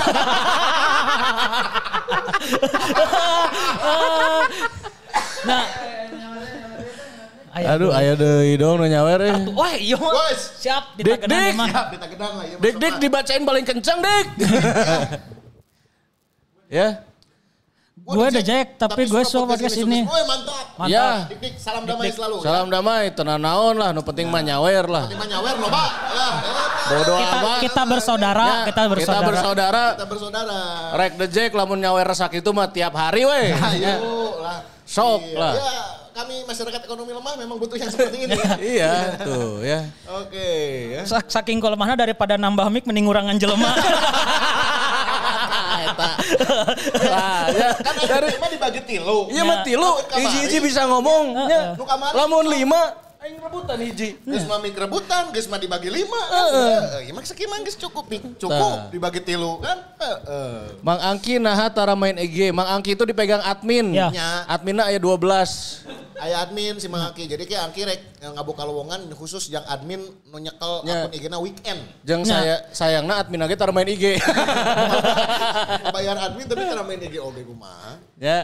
Nah, aduh, aya deui dong nu nyawer euy. Wah, iya siap ditagedan mah. Siap ditagedan lah ieu. Dik dibacain paling kencang, Dik. Ya. Gue udah Jack, tapi gue suka podcast ini. Woi mantap. Ya. Dik salam damai selalu. Salam damai, tenan naon lah, nu penting mah nyawer lah. Penting mah nyawer loba. Bodoh amat. Kita bersaudara. Kita bersaudara. Rek the Jack lamun nyawer sak itu mah tiap hari we. Ayo lah. Sok lah. Ya, kami masyarakat ekonomi lemah memang butuh yang seperti ini. Iya, tuh ya. Oke, ya. Saking kelemahnya daripada nambah mic mending ngurangan jelema. Kan dari mah dibagi tilu. Iya mah tilu, hiji-hiji bisa ngomong. Nu kamari. Lamun 5 aing rebutan hiji. Geus mah mik rebutan, geus mah dibagi 5. Ieu mah sakieu mah geus cukup dibagi tilu kan. Mang Angki naha tara main EG. Mang Angki itu dipegang admin. Ya. Adminna aya 12. Aya admin si Mang Angki. Jadi kayak Angki rek ngabuka lowongan khusus yang admin nu nyekel akun IG-na weekend. Jeung sayangna admin ge tara main IG. Bayar admin tapi tara main IG oge kumaha. Ya.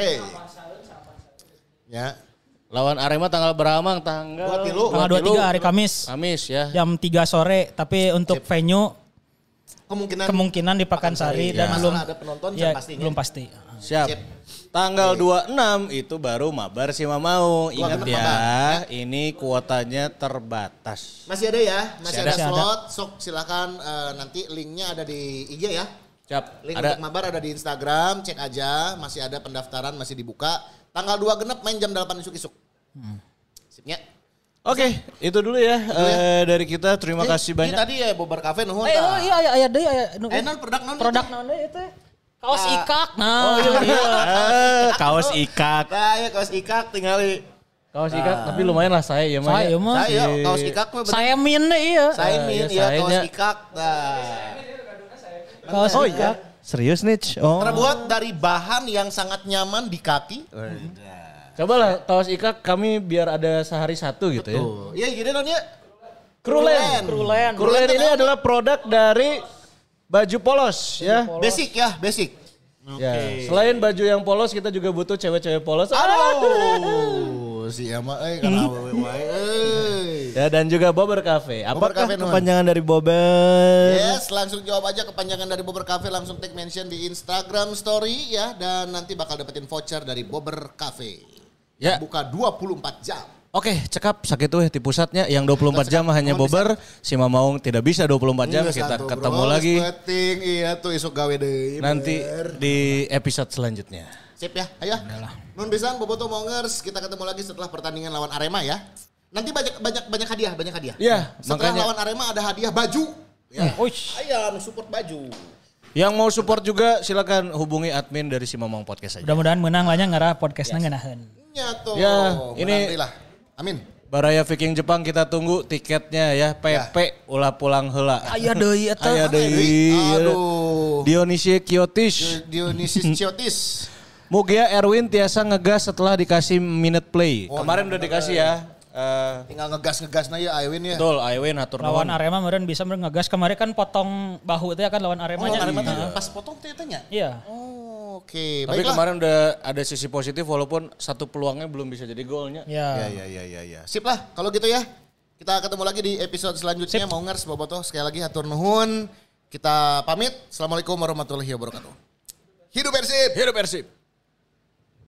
Ya. Lawan Arema tanggal berapa Mang? Tanggal 23 hari Kamis. Kamis ya. Jam 3 sore, tapi untuk venue kemungkinan di Pakansari dan belum ada penonton belum pasti. Siap. Tanggal 26 itu baru mabar si Mamau. Ingat ya, ini kuotanya terbatas. Masih ada ya, masih ada slot. Ada. Sok silakan nanti linknya ada di IG ya. Siap. Link untuk mabar ada di Instagram, cek aja. Masih ada pendaftaran, masih dibuka. Tanggal 2 genep main jam 8 isuk-isuk. Sipnya. Oke, itu dulu ya dari kita. Terima kasih banyak. Ini tadi ya Bobar Cafe nuhun. Iya aya deui aya. Non Produk naon deui itu? Kaos ikak. Nah. Oh iya. Kaos ikak. Nah, ya kaos ikak tinggali. Kaos ikak tapi lumayan lah saya ya mah. Saya mah. Saya kaos ikak mah. Saya min iya. Saya min ya kaos ikak. Nah. Kaos ikak. Serius nih? Oh. Terbuat dari bahan yang sangat nyaman di kaki. Cobalah kaos ikak kami biar ada sehari satu gitu ya. Iya gini nonnya. Krulen ini adalah produk dari baju polos ya. Basic ya, basic. Ya, selain baju yang polos kita juga butuh cewek-cewek polos. Aduh, si Emma kana Ya dan juga Bober Cafe. Bober Apakah Cafe, kepanjangan dari Bober? Yes, langsung jawab aja kepanjangan dari Bober Cafe, langsung tag mention di Instagram story ya, dan nanti bakal dapetin voucher dari Bober Cafe. Ya. Buka 24 jam. Oke, cekap sakit tuh di pusatnya yang 24 jam hanya Bober, si Mamaung tidak bisa 24 jam. Kita ketemu lagi. Iya tuh isuk gawe deui. Nanti di episode selanjutnya. Sip ya, ayo. Nun pisan Boboto Mongers, kita ketemu lagi setelah pertandingan lawan Arema ya. Nanti banyak hadiah. Iya, setelah makanya lawan Arema ada hadiah baju. Ya. Ayo support baju. Yang mau support juga silakan hubungi admin dari si Mamang Podcast aja. Mudah-mudahan menang lah nya ngarah podcastnya ngeunaheun. Nyato. Ya, ini amin. Baraya Viking Jepang kita tunggu tiketnya ya. PP ulah pulang heula. Aya deui eta. Aya deui. Aduh. Dionisia Kiotis. Mugia Erwin tiasa ngegas setelah dikasih minute play. Kemarin udah dikasih ya. Tinggal ngegas na ya Aywin ya. Betul, Aywin atur nuhun. Lawan Arema meureun bisa ngegas kemarin kan potong bahu teh kan lawan Arema nya. Pas potong teh tanya. Iya. Oke, tapi baiklah. Kemarin udah ada sisi positif walaupun satu peluangnya belum bisa jadi golnya. Ya. Sip lah kalau gitu ya. Kita ketemu lagi di episode selanjutnya. Mongers Boboto sekali lagi hatur nuhun. Kita pamit. Assalamualaikum warahmatullahi wabarakatuh. Hidup Persib. Hidup Persib.